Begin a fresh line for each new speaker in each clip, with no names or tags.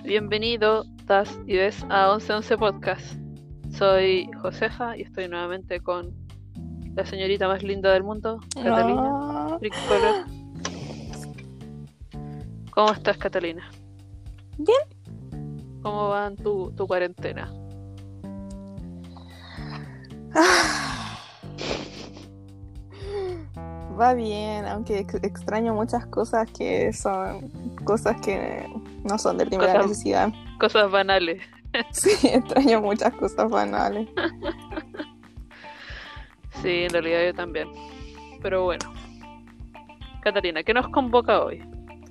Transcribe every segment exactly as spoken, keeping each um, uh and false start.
Bienvenido, tas y ves a once once Podcast. Soy Joseja y estoy nuevamente con la señorita más linda del mundo, Catalina.
No.
Color. ¿Cómo estás, Catalina?
Bien.
¿Cómo va tu, tu cuarentena?
Va bien, aunque ex- extraño muchas cosas que son cosas que no son de primera
Cosas-
necesidad.
Cosas banales.
Sí, extraño muchas cosas banales.
Sí, en realidad yo también. Pero bueno. Catalina, ¿qué nos convoca hoy?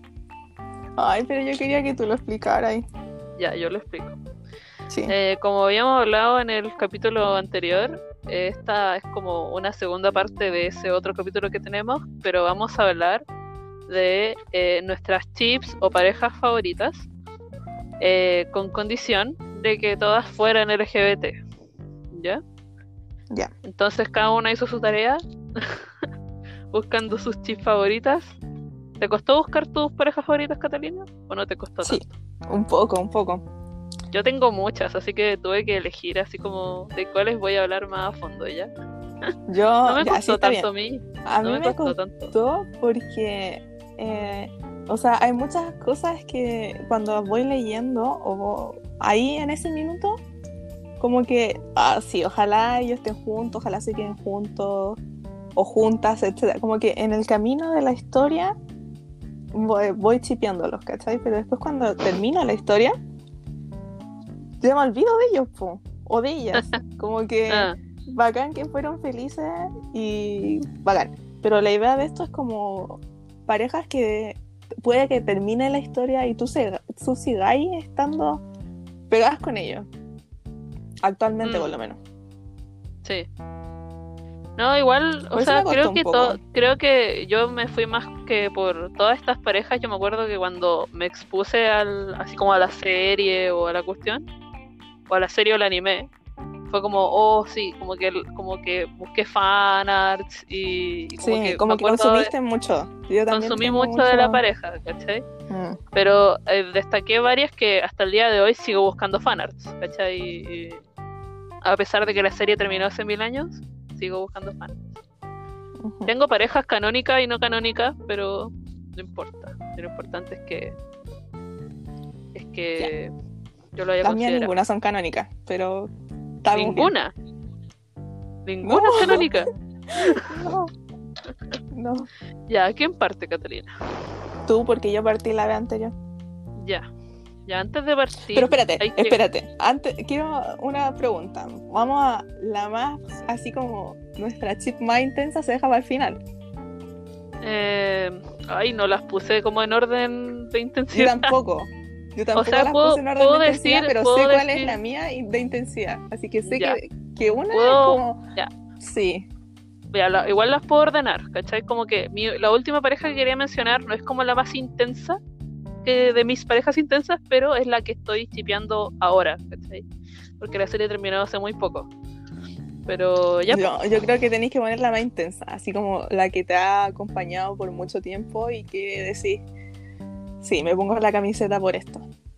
Ay, pero yo quería que tú lo explicaras.
Ya, yo lo explico.
Sí.
Eh, como habíamos hablado en el capítulo anterior, eh, esta es como una segunda parte de ese otro capítulo que tenemos, pero vamos a hablar de eh, nuestras chips o parejas favoritas, eh, con condición de que todas fueran L G B T. ¿Ya?
Ya.
Entonces cada una hizo su tarea buscando sus chips favoritas. ¿Te costó buscar tus parejas favoritas, Catalina? ¿O no te costó
Sí,
tanto?
un poco, un poco.
Yo tengo muchas, así que tuve que elegir así como de cuáles voy a hablar más a fondo, ¿ya?
Yo,
No me
ya, sí,
costó
está
tanto
bien.
a mí,
A
no
mí
me
me
costó tanto.
costó porque, eh, o sea, hay muchas cosas que cuando voy leyendo o ahí en ese minuto, como que, ah, sí, ojalá ellos estén juntos, ojalá se queden juntos o juntas, etcétera. Como que en el camino de la historia voy, voy chipeándolos, ¿cachai? Pero después cuando termina la historia, ya me olvido de ellos, po, o de ellas. Como que
Ah,
bacán que fueron felices y bacán. Pero la idea de esto es como parejas que puede que termine la historia y tú, se, tú sigáis estando pegadas con ellos. Actualmente,
Mm.
por lo menos.
sí. No, igual,
Por
o
eso
sea,
me costó
creo
un
que
poco.
to- creo que yo me fui más que por todas estas parejas. Yo me acuerdo que cuando me expuse al, así como a la serie o a la cuestión, o a la serie o al anime, fue como, oh, sí, como que como que busqué fanarts y, y como
Sí,
que
como
me
que
acuerdo de,
consumiste mucho. Yo también
consumí
tengo
mucho de la pareja, ¿cachai?
Mm.
Pero eh, destaqué varias que hasta el día de hoy sigo buscando fanarts, ¿cachai? Y, y a pesar de que la serie terminó hace mil años, sigo buscando fanarts.
Ujú.
Tengo parejas canónicas y no canónicas, pero no importa. Lo importante es que es que yo lo haya
Las mías
considerado.
ninguna son canónicas, pero estamos bien.
Ninguna. Ninguna
No.
es canónica.
No. No.
Ya, ¿quién parte, Catalina?
Tú, porque yo partí la vez anterior.
Ya. Ya, antes de partir.
Pero espérate,
hay que-
espérate. Antes, quiero una pregunta. Vamos a la más, así como nuestra chip más intensa se deja para el final.
Eh, ay, no las puse como en orden de
Yo
intensidad.
tampoco. Yo tampoco
sea,
las
puedo-
puse en orden
puedo
de intensidad,
decir-
pero
puedo
sé cuál
decir-
es la mía y- de intensidad. Así que sé
Ya.
que, que una
Puedo-
es como...
ya.
Sí.
Ya, la- igual las puedo ordenar, ¿cachai? Como que mi- la última pareja que quería mencionar no es como la más intensa que de mis parejas intensas, pero es la que estoy chipeando ahora, ¿cachai? Porque la serie terminó hace muy poco. Pero ya,
Yo, yo creo que tenéis que poner la más intensa, así como la que te ha acompañado por mucho tiempo y que decís, sí, me pongo la camiseta por esto.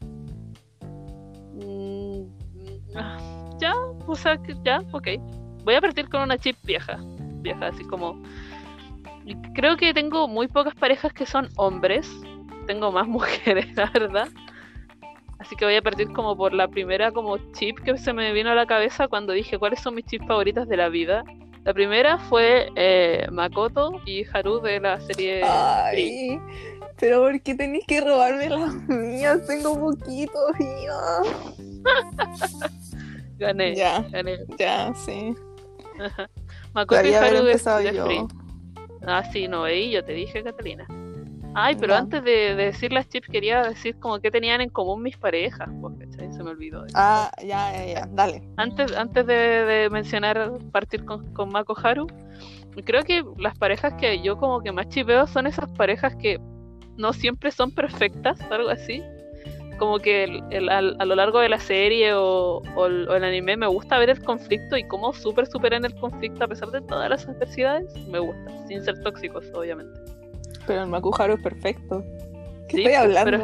mm, ah, ya, o sea, que ya, ok. Voy a partir con una chip vieja, vieja, así como... y creo que tengo muy pocas parejas que son hombres, tengo más mujeres, la verdad. Así que voy a partir como por la primera como chip que se me vino a la cabeza cuando dije cuáles son mis chips favoritas de la vida. La primera fue eh, Makoto y Haru de la serie Grimm.
Ay, pero ¿por qué tenéis que robarme las mías? Tengo poquitos míos.
Gané,
Ya,
gané.
ya, sí.
Ajá. Makoto y
Debería haber
Haru de,
empezado
de
yo.
Free. Ah, sí, no, ahí yo te dije, Catalina. Ay, pero
Ya.
antes de, de decir las chips quería decir como que tenían en común mis parejas, pues, ¿cachai? Se me olvidó. de eso.
Ah, ya, ya, ya, dale.
Antes, antes de, de mencionar partir con, con Mako Haru, creo que las parejas que yo como que más chipeo son esas parejas que no siempre son perfectas, algo así. Como que el, el, al, a lo largo de la serie o, o, el, o el anime me gusta ver el conflicto y cómo súper superan el conflicto a pesar de todas las adversidades. Me gusta, sin ser tóxicos, obviamente.
Pero el Makuharu es perfecto. ¿Qué
Sí,
estoy
pero-
hablando?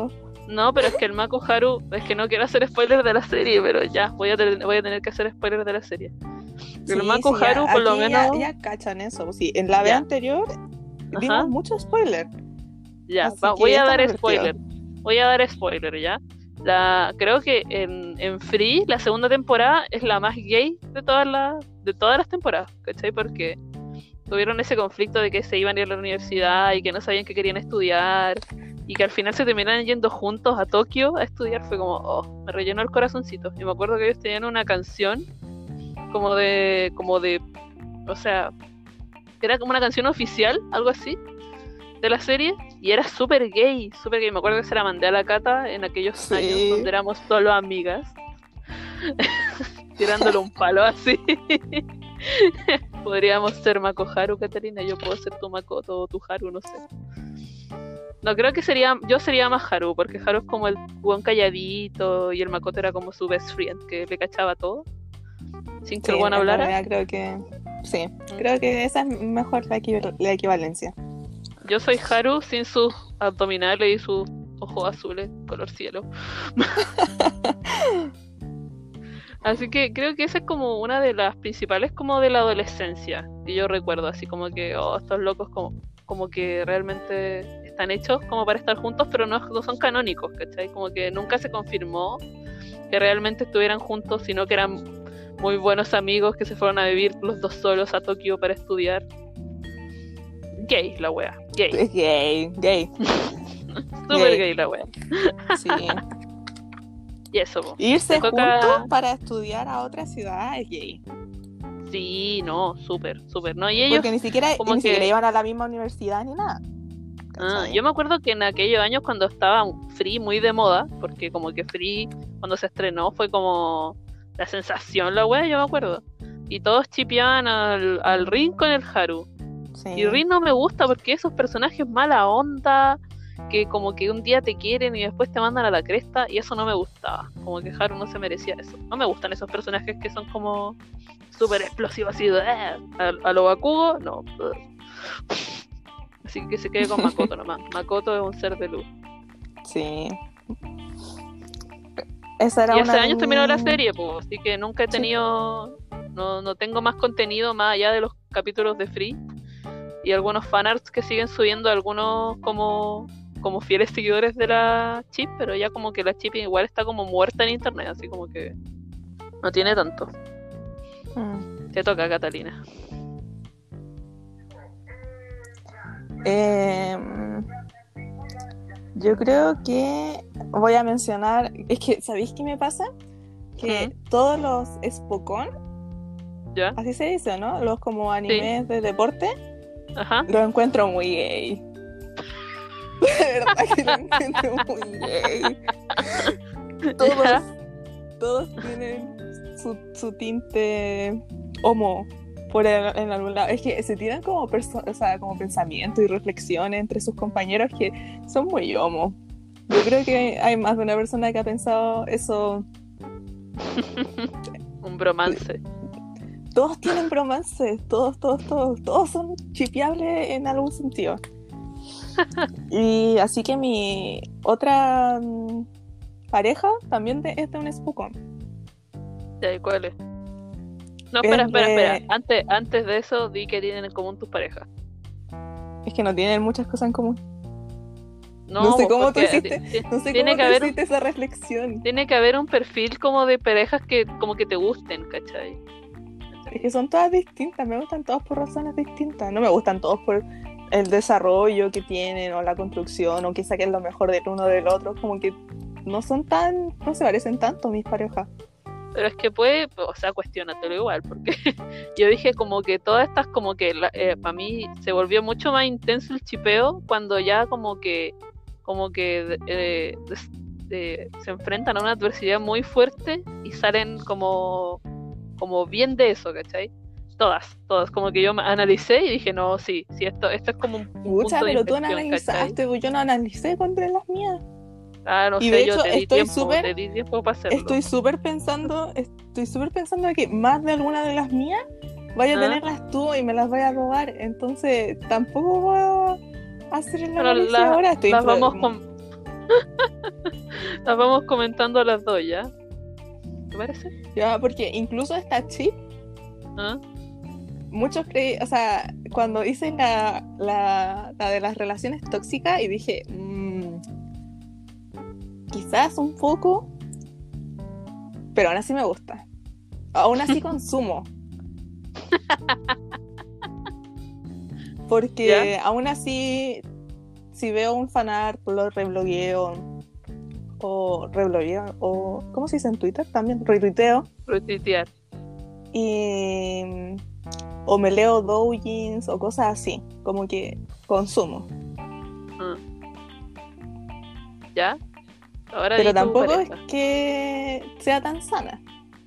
No, pero es que el Mako Haru, es que no quiero hacer spoiler de la serie, pero ya, voy a, tener, voy a tener que hacer spoiler de la serie.
Sí,
El Mako
sí,
Haru,
ya,
por lo
aquí
menos.
Ya, ya cachan eso. Sí, en la vez
Ya.
anterior dimos
Ajá.
mucho spoiler.
Ya,
Así
va,
que
voy a
esto
dar
me divertió.
spoiler. Voy a dar spoiler, ¿ya? La, creo que en, en Free, la segunda temporada es la más gay de todas las, de todas las temporadas, ¿cachai? Porque tuvieron ese conflicto de que se iban a ir a la universidad y que no sabían que querían estudiar y que al final se terminaron yendo juntos a Tokio a estudiar. Fue como, oh, me rellenó el corazoncito. Y me acuerdo que ellos tenían una canción como de, como de, o sea, era como una canción oficial, algo así, de la serie, y era súper gay, súper gay. Me acuerdo que se la mandé a la Cata en aquellos
Sí.
años donde éramos solo amigas, tirándole un palo así. Podríamos ser Mako Haru, Catarina, yo puedo ser tu Makoto o tu Haru, no sé. No, creo que sería, yo sería más Haru, porque Haru es como el buen calladito y el Makoto era como su best friend, que le cachaba todo, sin que
Sí,
el buen
en
hablara.
realidad creo que sí, creo que esa es mejor la, equival- la equivalencia.
Yo soy Haru sin sus abdominales y sus ojos azules, color cielo. Así que creo que esa es como una de las principales como de la adolescencia que yo recuerdo, así como que oh, estos locos como, como que realmente están hechos como para estar juntos, pero no, no son canónicos, ¿cachai? Como que nunca se confirmó que realmente estuvieran juntos, sino que eran muy buenos amigos que se fueron a vivir los dos solos a Tokio para estudiar. Gay la wea, gay.
Es gay, gay.
Súper
Gay.
gay la wea.
Sí.
Y eso, po.
Irse
Te toca-
juntos para estudiar a otra ciudad es gay.
Sí, no, súper, súper. No, y ellos,
Porque ni siquiera,
como
ni
que-
siquiera iban a la misma universidad ni nada.
ah,
¿Cachai?
yo me acuerdo que en aquellos años cuando estaba Free muy de moda, porque como que Free cuando se estrenó fue como la sensación la wea, yo me acuerdo. Y todos chipeaban al, al Rin con el Haru.
Sí.
Y Rin no me gusta porque esos personajes mala onda, que como que un día te quieren y después te mandan a la cresta, y eso no me gustaba. Como que Haru no se merecía eso. No me gustan esos personajes que son como súper explosivos, así de, "Eh", a, a lo Bakugo, no. Así que se quede con Makoto nomás. Makoto es un ser de luz.
Sí. Esa era
Y hace
una de
años terminó la
mis-
serie, pues, así que nunca he
Sí.
tenido, no, no tengo más contenido más allá de los capítulos de Free y algunos fanarts que siguen subiendo algunos como, como fieles seguidores de la Chip, pero ya como que la Chip igual está como muerta en internet, así como que no tiene tanto.
Mm.
Te toca, Catalina.
Eh, yo creo que voy a mencionar, es que, ¿sabéis qué me pasa? Que
Ujú.
todos los Spokon,
¿Ya?
así se dice, ¿no? Los como animes de deporte,
Ajá.
los encuentro muy gay. De verdad que los encuentro muy gay. Todos,
Ya.
todos tienen su, su tinte homo por el- en algún lado. Es que se tiran como, perso- o sea, como pensamientos y reflexiones entre sus compañeros que son muy homo. Yo creo que hay más de una persona que ha pensado eso.
Un bromance.
Todos tienen bromances, todos, todos, todos, todos son chipeables en algún sentido. Y así que mi otra mm, pareja también de, es de un Spokon.
Ya, ¿y cuál es? No,
Es
espera, espera,
de-
espera. Antes, antes de eso, di que tienen en común tus parejas.
Es que no tienen muchas cosas en común.
No,
No sé
pues,
cómo tú
porque
hiciste-
ti- ti-
No sé
tiene
cómo
que
te
haber
hiciste esa reflexión.
tiene que haber un perfil como de parejas que como que te gusten, ¿cachai?
Es que son todas distintas, me gustan todas por razones distintas. No me gustan todos por el desarrollo que tienen o la construcción o que saquen lo mejor del uno del otro. Como que no son tan, no se parecen tanto mis parejas.
Pero es que puede, o sea, cuestionatelo igual, porque yo dije como que todas estas, como que para mí se volvió mucho más intenso el chipeo cuando ya como que, como que eh, des- de- se enfrentan a una adversidad muy fuerte y salen como, como bien de eso, ¿cachai? Todas, todas, como que yo me analicé y dije, no, sí, sí, esto, esto es como un, un
Mucha,
punto de
pero tú no
inflexión,
analizaste,
¿cachai?
pues yo no analicé contra las mías.
Ah, no
Y
sé,
de
yo
hecho,
te di
estoy
tiempo,
súper-
te di tiempo para hacerlo.
Estoy súper pensando, estoy súper pensando que más de alguna de las mías vaya a
Ah.
tenerlas tú y me las vaya a robar. Entonces tampoco voy a hacer el
Pero
análisis
la-
ahora. Estoy
las
pro-
vamos con... Las vamos comentando las dos, ¿ya? ¿Te parece?
Ya, porque incluso esta chip,
¿Ah?
muchos creí, o sea, cuando hice la, la, la de las relaciones tóxicas y dije, mmm, quizás un poco, pero aún así me gusta. Aún así consumo. Porque
¿Ya?
aún así, si veo un fanart, lo reblogueo, o reblogueo, o ¿cómo se dice en Twitter? También retuiteo.
Retuitear.
Y o me leo doujins o cosas así, como que consumo.
Ah. ¿Ya? Ahora
Pero
di tu
tampoco es
pareja.
que sea tan sana.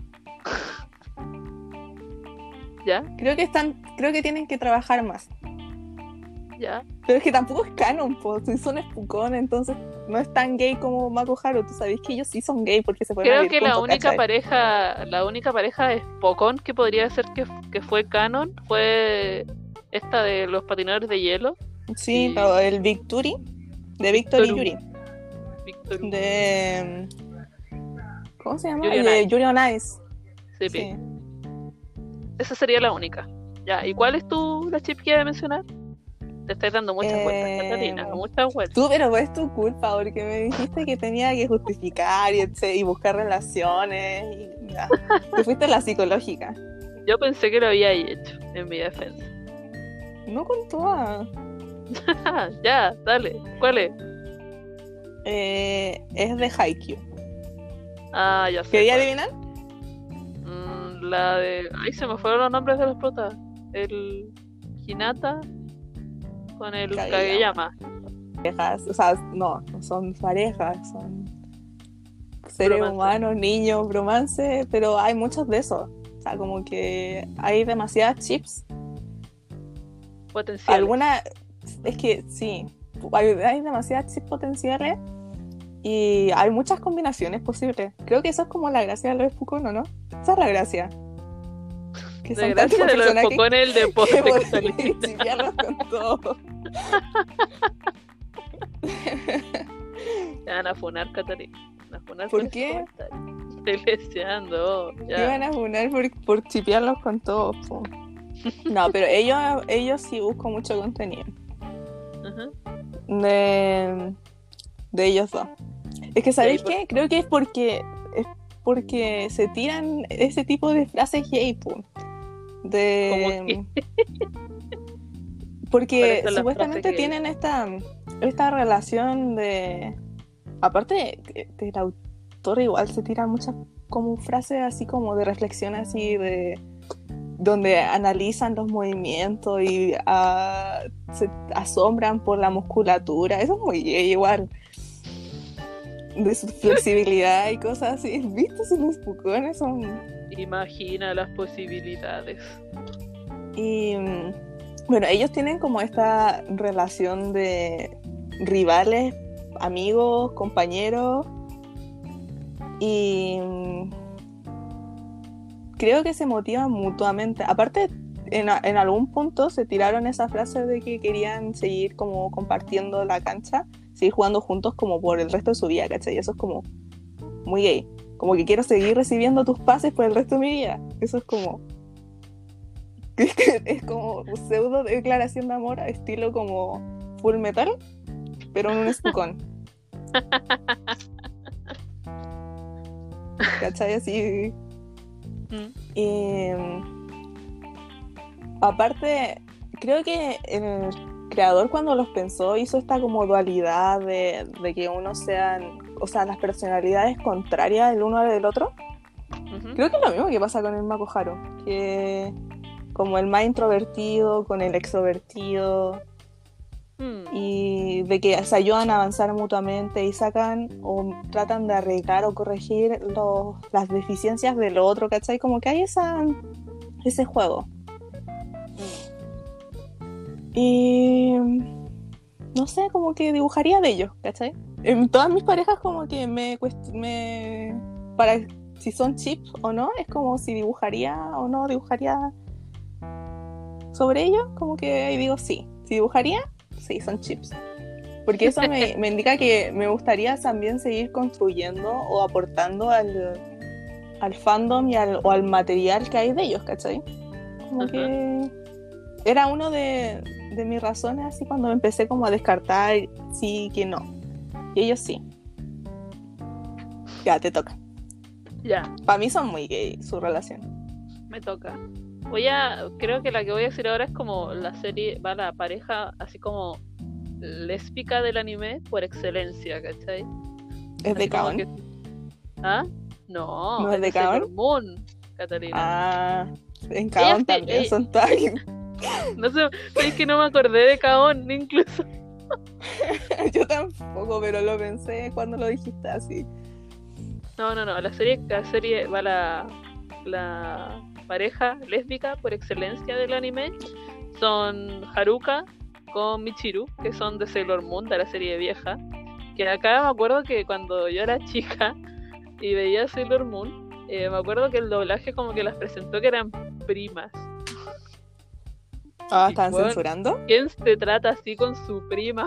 ¿Ya?
Creo que están, creo que tienen que trabajar más.
¿Ya?
Pero es que tampoco es canon, pues, si son espucón, entonces no es tan gay como Mako Haru. Tú sabes que ellos sí son gay porque se pueden
Creo
vivir
que la
juntos,
única
¿cachai?
pareja, la única pareja Spokon que podría ser que, que fue canon fue esta de los patinadores de hielo.
Sí,
Y
pero el Victory, de Victor y
Victoru.
Yuri,
Victoru.
de... ¿Cómo se llama?
Yuri on
De
Ice.
Yuri on Ice.
Sí, pi.
Sí.
Esa sería la única. Ya, ¿y cuál es tu la chip que iba a mencionar? Te estás dando muchas vueltas,
Eh,
Catalina, muchas vueltas.
Tú, pero es tu culpa, porque me dijiste que tenía que justificar y, etc- y buscar relaciones. Y ya. Te fuiste a la psicológica.
Yo pensé que lo había hecho en mi defensa.
No con toda.
Ya, dale. ¿Cuál es?
Eh, es de Haikyuu.
Ah, ya sé.
¿Quería
cuál.
adivinar?
Mm, la de. Ay, se me fueron los nombres de los protas. El Hinata con el
Kageyama.
Kageyama.
Parejas, o sea, no, no son parejas, son seres
Bromance.
humanos, niños, bromance, pero hay muchos de esos. O sea, como que hay demasiadas chips.
Potenciales.
Alguna, es que sí, hay, hay demasiadas chips potenciales y hay muchas combinaciones posibles. Creo que eso es como la gracia de los Spokon, ¿no? Esa es la gracia. Que
La
son
gracia
tantos
de los
personajes
Spokon es el
que podés
deporte.
chipearlos con todo.
Te van a funar, Catalina. Te van a funar
¿Por
por ese
qué?
comentario. Estoy deseando.
Me
Ya.
iban a funar por, por chipearlos con todo. Po. No, pero ellos, ellos sí buscan mucho contenido.
Ajá.
De, de ellos dos. Es que, ¿sabéis
Ya, y
qué? Creo que es porque es porque se tiran ese tipo de frases gay, po. De... Porque
¿Cuáles son las
supuestamente
frases gay?
tienen esta, esta relación de... Aparte, que, que el autor igual se tira muchas como frases así como de reflexión así de... donde analizan los movimientos y uh, se asombran por la musculatura. Eso es muy gay igual. De su flexibilidad y cosas así. ¿Viste? Si los pucones son...
Imagina las posibilidades.
Y bueno, ellos tienen como esta relación de rivales, amigos, compañeros. Y creo que se motivan mutuamente. Aparte, en, en algún punto se tiraron esa frase de que querían seguir como compartiendo la cancha, seguir jugando juntos como por el resto de su vida, ¿cachai? Y eso es como muy gay. Como que quiero seguir recibiendo tus pases por el resto de mi vida. Eso es como... es como pseudo declaración de amor, estilo como Full Metal, pero en un Spokon. ¿Cachai? Así...
Mm.
Y, aparte, creo que el creador cuando los pensó hizo esta como dualidad de, de que uno sean, o sea, las personalidades contrarias el uno al del otro.
Uh-huh.
Creo que es lo mismo que pasa con el Mako Haru, que como el más introvertido con el extrovertido,
Mm.
y de que se ayudan a avanzar mutuamente y sacan o tratan de arreglar o corregir los, las deficiencias del otro, ¿cachai? Como que hay esa, ese juego.
Mm.
Y no sé, como que dibujaría de ellos, ¿cachai? En todas mis parejas como que me, cuest- me para si son chips o no, es como si dibujaría o no dibujaría sobre ellos, como que ahí digo sí. Si dibujaría, sí, son chips. Porque eso me, me indica que me gustaría también seguir construyendo o aportando al, al fandom y al, o al material que hay de ellos, ¿cachai? Como
Ajá.
que era uno de, de mis razones así cuando me empecé como a descartar sí que no. Y ellos sí. Ya, te toca.
Ya,
Para mí son muy gay su relación.
me toca. Voy a, creo que la que voy a decir ahora es como la serie, va la pareja así como lésbica del anime por excelencia, ¿cachai?
¿Es de
Así como
Kaon?
que, ¿ah? No,
¿No es
es
de
de Sailor
Kaon?
Moon, Catalina.
Ah, en
Ellas
Kaon
sí,
también
ella-
son tag.
no sé, es que no me acordé de Kaon incluso.
Yo tampoco, pero lo pensé cuando lo dijiste así.
No, no, no, la serie, la serie va la, la pareja lésbica por excelencia del anime. Son Haruka con Michiru, que son de Sailor Moon, de la serie vieja. Que acá me acuerdo que cuando yo era chica y veía Sailor Moon, eh, me acuerdo que el doblaje como que las presentó que eran primas.
Ah,
Y,
¿están
weón,
censurando?
¿quién se trata así con su prima?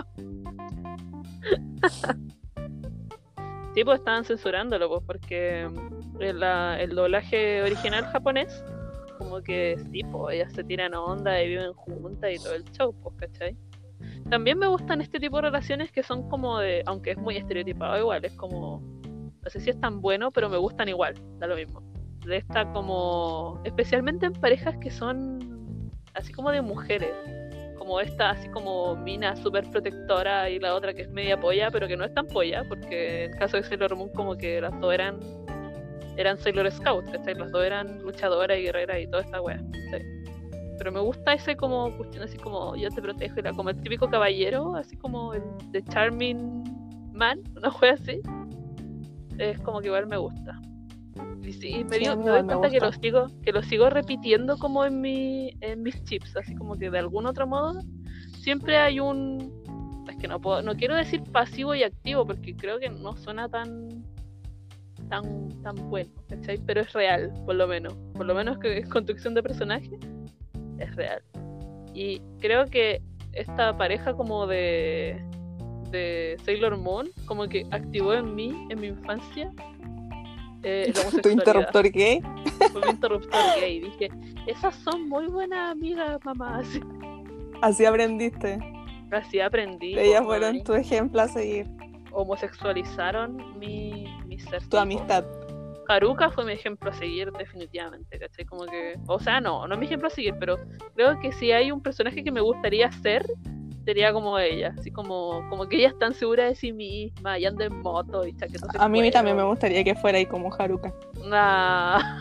Sí, pues estaban censurándolo, pues, porque mm, el, la- el doblaje original japonés, como que sí, pues ellas se tiran onda y viven juntas y todo el show, pues, ¿cachai? También me gustan este tipo de relaciones que son como de, aunque es muy estereotipado igual, es como, no sé si es tan bueno, pero me gustan igual, da lo mismo. De esta como, especialmente en parejas que son así como de mujeres, como esta así como mina súper protectora y la otra que es media polla, pero que no es tan polla, porque en el caso de Sailor Moon como que las dos eran, eran Sailor Scouts, ¿cachai? Las dos eran luchadoras y guerreras y toda esta wea, ¿cachai? Pero me gusta ese como cuestión así como yo te protejo, era como el típico caballero, así como el de Charming Man, una wea así. Es como que igual me gusta. Y sí, me,
Sí,
dio,
a mí
me doy
igual me
cuenta que lo
gusta.
sigo, que lo sigo repitiendo como en mi, en mis chips, así como que de algún otro modo siempre hay un, es que no puedo, no quiero decir pasivo y activo porque creo que no suena tan tan tan bueno, ¿cachai? Pero es real, por lo menos, por lo menos que es construcción de personaje, es real. Y creo que esta pareja como de de Sailor Moon como que activó en mí, en mi infancia, eh, la
Tu
homosexualidad.
interruptor gay.
Fue mi interruptor gay. Dije, esas son muy buenas amigas, mamá. Así,
Así aprendiste.
así aprendí.
Ellas
Po,
fueron
ay.
tu ejemplo a seguir.
Homosexualizaron mi, mi ser.
Tu
tipo.
amistad.
Haruka fue mi ejemplo a seguir definitivamente, ¿cachai? Como que, o sea, no, no es mi ejemplo a seguir, pero creo que si hay un personaje que me gustaría ser, sería como ella, así como, como que ella es tan segura de sí misma y anda en moto y chaquetas de
A mí
cuero.
también me gustaría que fuera ahí como Haruka.
Nah.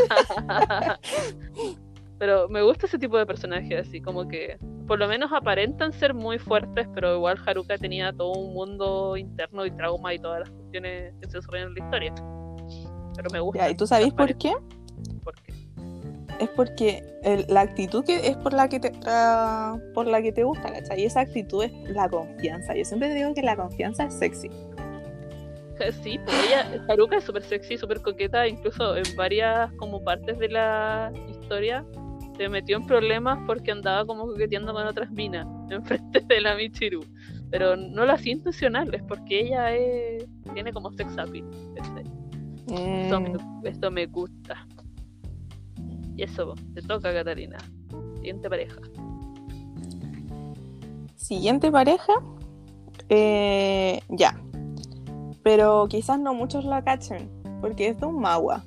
Pero me gusta ese tipo de personajes, así como que por lo menos aparentan ser muy fuertes, pero igual Haruka tenía todo un mundo interno y trauma y todas las cuestiones que se desarrollan en la historia. Pero me gusta.
Ya, ¿y tú sabes por qué?
¿Por qué?
Es porque el- la actitud que es por la que te ah, por la que te gusta, ¿cachai? Y esa actitud es la confianza. Yo siempre te digo que la confianza es sexy.
Sí, pues ella, Haruka es súper sexy, súper coqueta, incluso en varias como partes de la historia se metió en problemas porque andaba como coqueteando con otras minas enfrente de la Michiru. Pero no lo hacía intencional, es porque ella es, tiene como sex appeal. ¿Cachai? Eso me,
Mm,
esto me gusta. Y eso, te toca, Catalina. Siguiente pareja.
siguiente pareja. Eh, ya. Pero quizás no muchos la cachen. Porque es de un magua.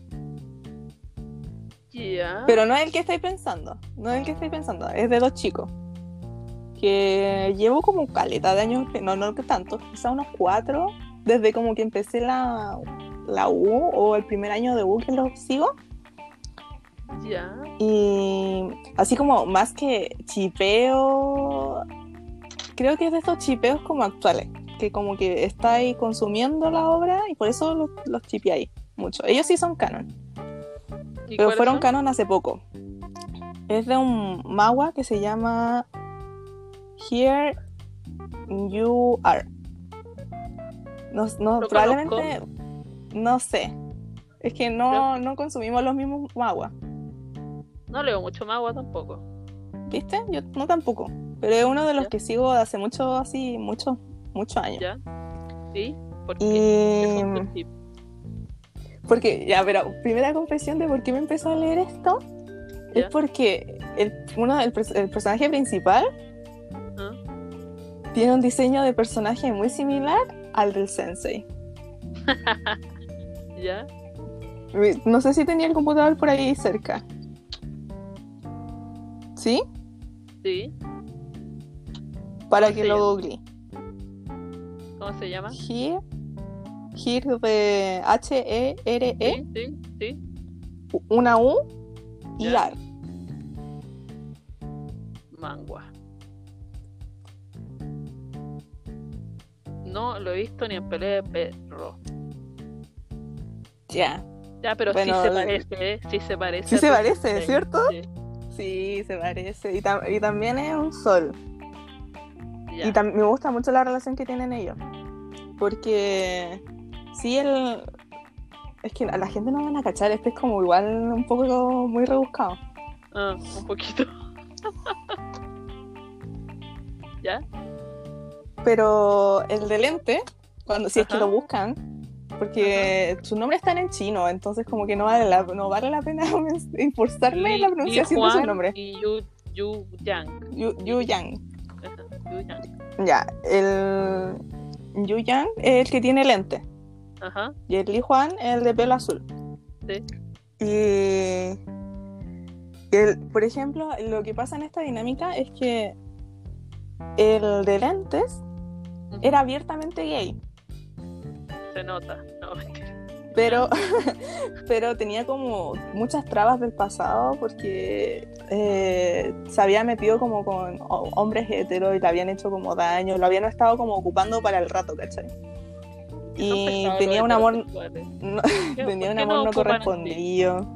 Ya.
Pero no es el que estáis pensando. No es el que estáis pensando. Es de dos chicos. Que llevo como caleta de años. No, no que tanto. Quizás unos cuatro. Desde como que empecé la, la U. O el primer año de U que los sigo.
Ya.
Y así como más que chipeo. Creo que es de estos chipeos como actuales. Que como que estáis consumiendo la obra. Y por eso los, los chipeáis mucho. Ellos sí son canon.
¿Y
Pero
cuáles
fueron
son?
canon hace poco. Es de un magua que se llama Here You Are. No, no
¿Lo
probablemente. No sé. Es que
Creo
no, no consumimos los mismos maguas.
No leo mucho magua tampoco.
¿Viste? Yo no tampoco. Pero es uno de los
Ya.
que sigo de hace mucho, así, muchos, muchos años.
¿Ya? ¿Sí? ¿Por qué?
Y...
¿Qué son tus tips?
Porque, ya, pero primera confesión de por qué me empezó a leer esto
¿Ya?
es porque el, uno, el, el personaje principal
¿Ah?
tiene un diseño de personaje muy similar al del Sensei.
¿Ya?
No sé si tenía el computador por ahí cerca. ¿Sí?
Sí.
Para
¿Cómo
que
se
lo
llama?
google.
¿Cómo se llama?
Here, here de H E R E,
Sí, sí, sí.
una U y
¿Ya?
A R.
Mangua. No lo he visto ni en pelea de perro.
Ya.
Ya, pero
Bueno,
sí se
el-
parece, ¿eh? Sí se parece.
Sí
a
se
tu
parece,
sensei.
¿cierto?
Sí.
Sí, se parece. Y, tam- y también es un sol.
Ya.
Y tam- me gusta mucho la relación que tienen ellos. Porque sí, el... es que a la gente no van a cachar. Este es como igual un poco muy rebuscado.
Ah, un poquito. ¿Ya?
Pero el de lente, cuando si es que
Ajá.
lo buscan, porque su nombre está en chino, entonces como que no vale la, no vale la pena esforzarme en
Li,
la
Li
pronunciación de su
Juan
nombre.
y Yu, Yu Yang.
Yu, Yu Yang.
Ajá, Yu Yang.
Ya, el Yu Yang es el que tiene lente.
Ajá,
Y el Li Juan es el de pelo azul.
sí.
Y el, por ejemplo, lo que pasa en esta dinámica es que el de lentes
Ujú.
era abiertamente gay,
Se nota. No, mentira.
pero, pero tenía como muchas trabas del pasado porque eh, se había metido como con ho- hombres heteros y le habían hecho como daño, lo habían estado como ocupando para el rato, ¿cachai?
Son
Y
pesados
tenía
los
un amor,
heterosexuales.
no-
¿Qué-
tenía
por
un
qué
amor no
ocupan así?
correspondido.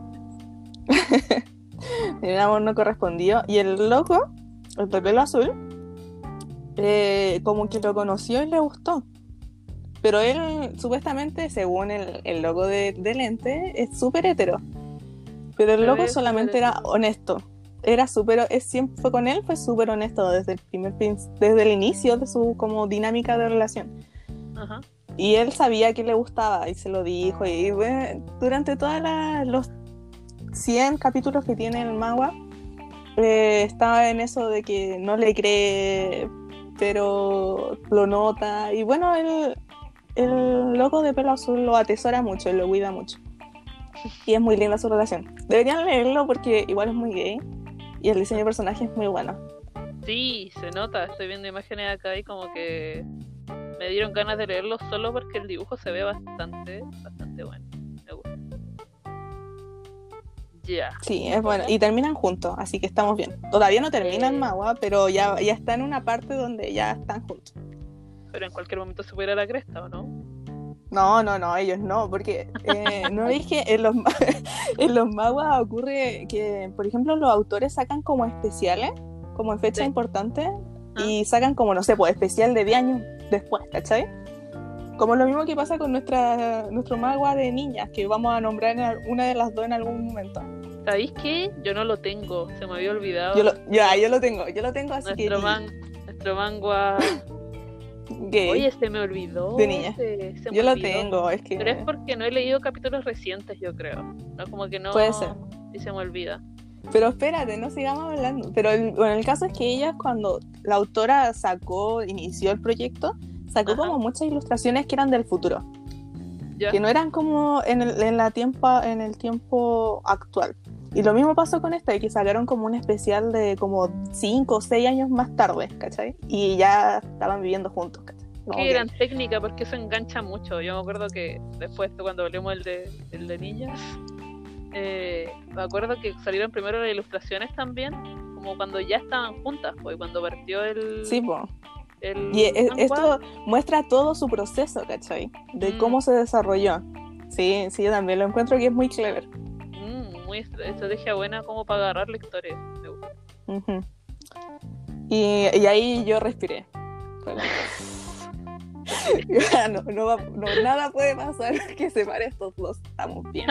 Tenía un amor no correspondido. Y el loco, el de pelo azul, eh, como que lo conoció y le gustó. Pero él, supuestamente, según el, el loco de, de lente, es súper hetero. Pero el
Se
loco
ve
solamente
súper
era
hetero.
honesto. Era súper, es, siempre fue con él, fue súper honesto desde el primer prin- desde el inicio de su como dinámica de relación.
Ajá.
Y él sabía que le gustaba y se lo dijo. Y bueno, durante todos los cien capítulos que tiene el manga, eh, estaba en eso de que no le cree, pero lo nota. Y bueno, el, el loco de pelo azul lo atesora mucho y lo cuida mucho. Y es muy linda su relación. Deberían leerlo porque igual es muy gay y el diseño de personaje es muy bueno.
Sí, se nota. Estoy viendo imágenes acá y como que me dieron ganas de leerlo solo porque el dibujo se ve bastante, bastante bueno. Me gusta. Ya.
Sí, es bueno. Y terminan juntos, así que estamos bien. Todavía no termina el
Eh.
manga, pero ya, ya está en una parte donde ya están juntos.
Pero en cualquier momento se puede ir a la cresta, ¿o no?
No, no, no, ellos no, porque eh, no dije, en los, ma- en los manguas ocurre que, por ejemplo, los autores sacan como especiales, como en fecha
Sí.
importante,
Ah.
y sacan como, no sé, pues especial de diez años después, ¿cachai? Como lo mismo que pasa con nuestra nuestro manga de niñas, que vamos a nombrar en al- una de las dos en algún momento.
¿Sabéis qué? Yo no lo tengo, se me había olvidado.
Yo lo, ya, yo lo tengo, yo lo tengo, así que
nuestro, man, nuestro mangua.
gay,
Oye, se me olvidó.
de niña.
ese, se me
Yo lo
olvidó.
tengo, es que...
Pero es porque no he leído capítulos recientes, yo creo. No, como que no.
Puede ser.
Y se me olvida.
Pero espérate, no sigamos hablando. Pero el, bueno, el caso es que ella, cuando la autora sacó, inició el proyecto, sacó
Ajá.
como muchas ilustraciones que eran del futuro,
¿Ya?
que no eran como en el, en la tiempo, en el tiempo actual. Y lo mismo pasó con esta, que sacaron como un especial de como cinco o seis años más tarde, ¿cachai? Y ya estaban viviendo juntos, ¿cachai? Como
Que
que-
eran técnicas, porque eso engancha mucho. Yo me acuerdo que después, cuando hablemos el de, el de niñas, eh, me acuerdo que salieron primero las ilustraciones también, como cuando ya estaban juntas, pues, cuando partió el.
Sí, po.
el
Y e-
manga.
esto muestra todo su proceso, ¿cachai? De
Mm.
cómo se desarrolló. Sí, sí, yo también lo encuentro que es muy clever.
Mm, muy estra- estrategia buena como para agarrar lectores. Me gusta.
Ujú. Y, y ahí yo respiré. Bueno. Ya, no, no va- no, nada puede pasar que separe estos dos. Estamos bien.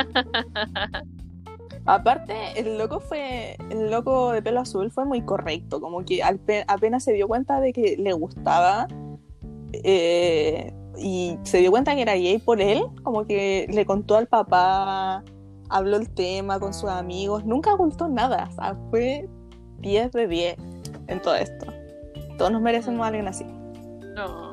Aparte, el loco fue. El loco de pelo azul fue muy correcto. Como que al pe- apenas se dio cuenta de que le gustaba. eh, y se dio cuenta que era gay por él, como que le contó al papá, habló el tema con sus amigos, nunca ocultó nada, o sea, fue diez de diez en todo esto. Todos nos merecemos a alguien así.
No.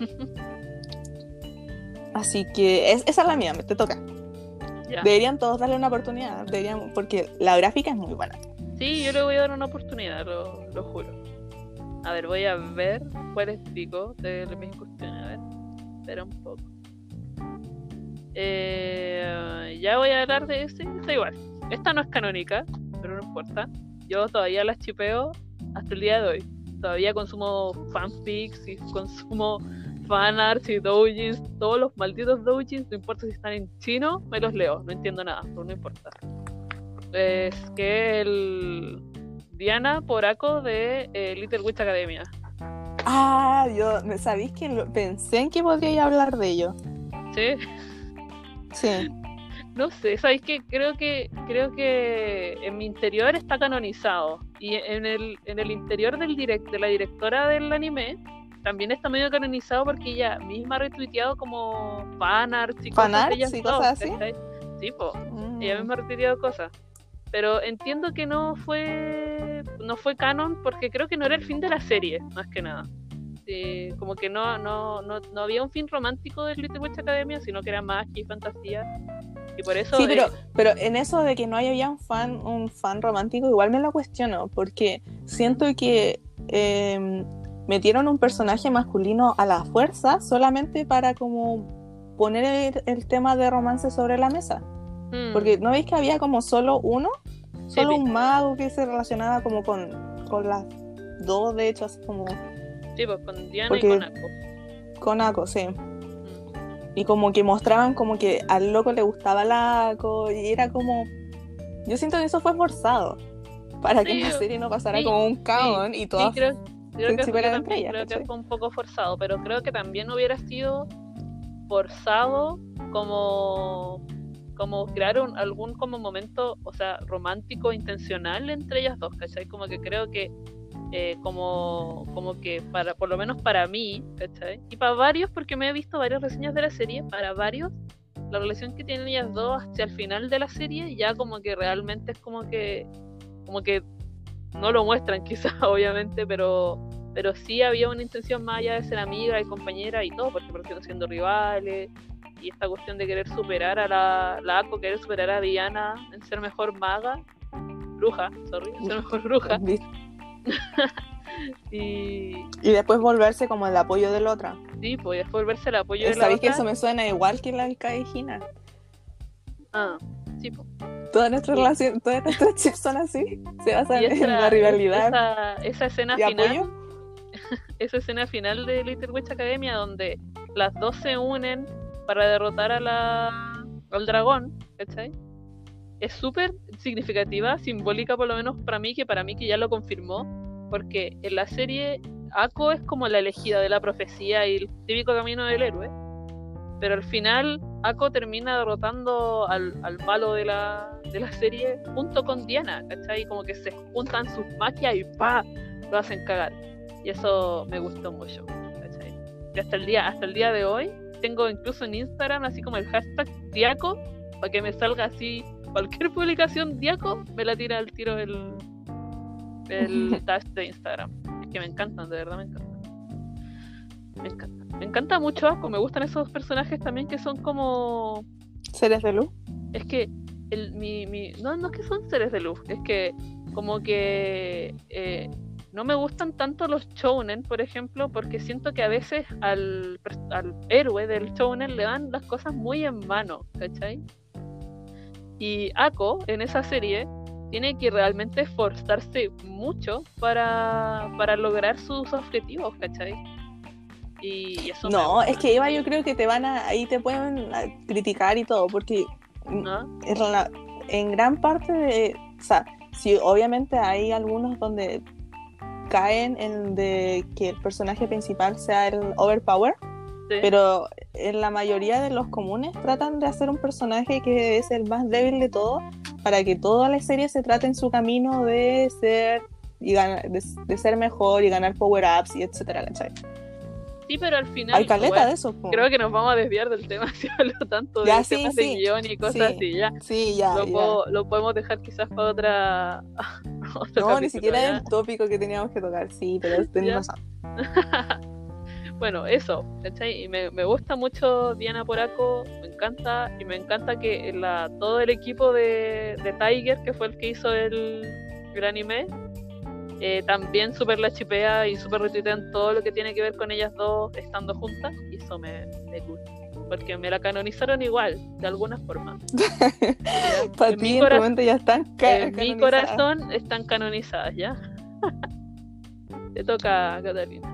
Así que es, esa es la mía, me te toca.
Ya.
Deberían todos darle una oportunidad, deberían, porque la gráfica es muy buena.
Sí, yo le voy a dar una oportunidad, lo, lo juro. A ver, voy a ver cuáles digo de mis cuestiones. A ver, espera un poco. Eh, ya voy a hablar de ese. Está igual. Esta no es canónica, pero no importa. Yo todavía las chipeo hasta el día de hoy. Todavía consumo fanfics y consumo fanarts y doujins. Todos los malditos doujins, no importa si están en chino, me los leo. No entiendo nada, pero no importa. Es que el Diana por Ako de eh, Little Witch Academia.
Ah, yo, ¿sabéis que lo, pensé en que podría hablar de ello?
¿Sí?
Sí.
No sé, ¿sabéis qué? Creo que creo que en mi interior está canonizado. Y en el, en el interior del direct, de la directora del anime también está medio canonizado porque ella misma ha retuiteado como fanarts y
¿Fanarts
cosas,
y cosas así?
¿cachai? Sí, po.
Mm.
Ella misma ha retuiteado cosas. Pero entiendo que no fue no fue canon porque creo que no era el fin de la serie, más que nada. Eh, como que no, no, no, no había un fin romántico de Little Witch Academia, sino que era magia y fantasía. Y por eso
Sí, pero,
eh,
pero en eso de que no haya un fan, un fan romántico, igual me lo cuestiono, porque siento que eh, metieron un personaje masculino a la fuerza solamente para como poner el, el tema de romance sobre la mesa.
hmm,
Porque ¿no veis que había como solo uno?
sí,
Solo
vi-
un mago que se relacionaba como con, con las dos, de hecho, así como
sí, pues, con Diana
porque-
y con Ako.
con Ako, sí.
Hmm.
Y como que mostraban como que al loco le gustaba la Ako y era como... Yo siento que eso fue forzado para que
Sí,
en la serie no pasara
sí,
como un caón y
Sí,
todas...
creo, creo
se
que,
superan
yo
entre
también
ellas,
creo que
¿cachai?
fue un poco forzado, pero creo que también hubiera sido forzado como como crear un, algún como momento, o sea, romántico intencional entre ellas dos, ¿cachai? Como que creo que eh, como, como que para, por lo menos para mí, ¿cachai? Y para varios, porque me he visto varias reseñas de la serie, para varios, la relación que tienen ellas dos hacia el final de la serie, ya como que realmente es como que, como que no lo muestran quizás, obviamente, pero, pero sí había una intención más allá de ser amiga y compañera y todo, porque partieron siendo rivales, y esta cuestión de querer superar a la, la Ako, querer superar a Diana en ser mejor maga, bruja, sorry, en ser mejor bruja, y
Y después volverse como el apoyo del otro.
sí, pues después verse el apoyo de la
¿Sabéis que
otra.
eso me suena igual que la Alka y Hina?
Ah, sí, pues.
Todas nuestras
Sí.
relaciones, todas nuestras chips son así. Se basan
Y
en
esa,
la rivalidad
esa, esa escena
y
final,
apoyo.
esa escena final de Little Witch Academia donde las dos se unen para derrotar a la al dragón, ¿cachai? Es súper significativa, simbólica por lo menos para mí, que para mí que ya lo confirmó, porque en la serie Ako es como la elegida de la profecía y el típico camino del héroe, pero al final Ako termina derrotando al, al malo de la, de la serie junto con Diana, ¿cachai? Como que se juntan sus magias y ¡pa! Lo hacen cagar. Y eso me gustó mucho, ¿cachai? Y hasta el día, hasta el día de hoy tengo incluso en Instagram así como el hashtag Diaco, para que me salga así cualquier publicación Diaco, me la tira al tiro el, el tag de Instagram. Es que me encantan, de verdad me encantan. Me encanta. Me encanta mucho Ako, me gustan esos personajes también que son como...
Seres de luz.
Es que el, mi, mi... No, no es que son seres de luz, es que como que... Eh, no me gustan tanto los shounen, por ejemplo, porque siento que a veces al, al héroe del shounen le dan las cosas muy en mano, ¿cachai? Y Ako, en esa serie, tiene que realmente esforzarse mucho para, para lograr sus objetivos, ¿cachai? Y eso
No,
me...
es que Eva, yo creo que te van a, ahí te pueden a, criticar y todo, porque
¿no?
en, la, en gran parte de, o sea, sí, obviamente hay algunos donde caen en de que el personaje principal sea el overpower,
Sí.
pero en la mayoría de los comunes tratan de hacer un personaje que es el más débil de todos, para que toda la serie se trate en su camino de ser y ganar, de, de ser mejor y ganar power ups y etcétera, ¿cachai?
Sí, Sí, pero al final
Hay caleta
bueno,
de eso, po.
creo que nos vamos a desviar del tema si hablo tanto de
Ya, sí,
temas
sí,
de guión y cosas
sí,
así, ya.
Sí, ya,
Lo,
ya.
puedo, lo podemos dejar quizás para otra otro
No,
capítulo,
ni siquiera
¿ya?
es el tópico que teníamos que tocar, sí, pero tenés razón.
Bueno, eso, ¿cachai? Y me, me gusta mucho Diana Poraco, me encanta, y me encanta que la, todo el equipo de, de Tiger, que fue el que hizo el, el anime, eh, también súper la chipea y súper retuitean todo lo que tiene que ver con ellas dos estando juntas, y eso me, me gusta, porque me la canonizaron igual, de alguna forma.
Para ti, en tu mente ya están ca-
En mi corazón están canonizadas, ¿ya? Te toca, Catalina.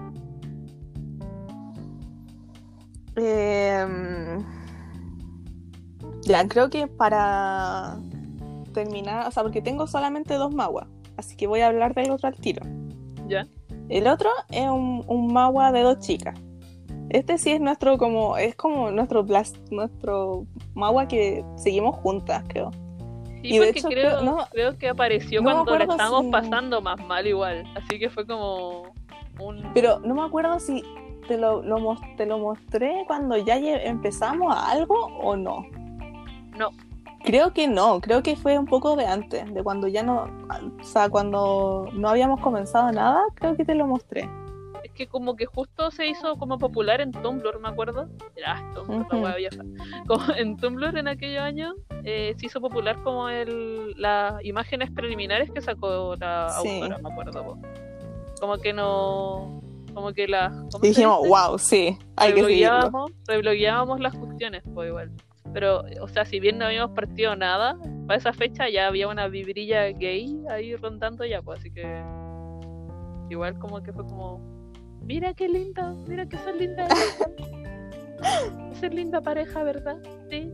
Eh, ya, creo que para terminar, o sea, porque tengo solamente dos maguas, así que voy a hablar del otro al tiro.
¿Ya?
El otro es un, un magua de dos chicas. Este sí es nuestro, como, es como nuestro blast, nuestro magua que seguimos juntas, creo.
Sí,
Y de
porque
hecho,
creo,
creo- no-
creo que apareció
no me
cuando la
acuerdo
estábamos
si-
pasando más mal igual, así que fue como un...
Pero no me acuerdo si te lo, lo mos- te lo mostré cuando ya lle- empezamos a algo o no.
No,
Creo que no, creo que fue un poco de antes, de cuando ya no, o sea, cuando no habíamos comenzado nada, creo que te lo mostré.
es que como que justo se hizo como popular en Tumblr, me acuerdo. Era Tumblr, la
Ujú.
wea vieja. Como en Tumblr en aquellos años eh, se hizo popular como el, las imágenes preliminares que sacó la
Sí.
autora, me acuerdo. Po. Como que no... Como que las... ¿cómo
Y
se
dijimos,
dice?
wow, sí, hay que seguirlo.
Reblogueábamos, reblogueábamos las cuestiones, pues igual. Pero, o sea, si bien no habíamos partido nada, para esa fecha ya había una vibrilla gay ahí rondando ya, pues así que igual como que fue como, mira qué linda, mira que son lindas ellas. Ser linda pareja, ¿verdad? Sí,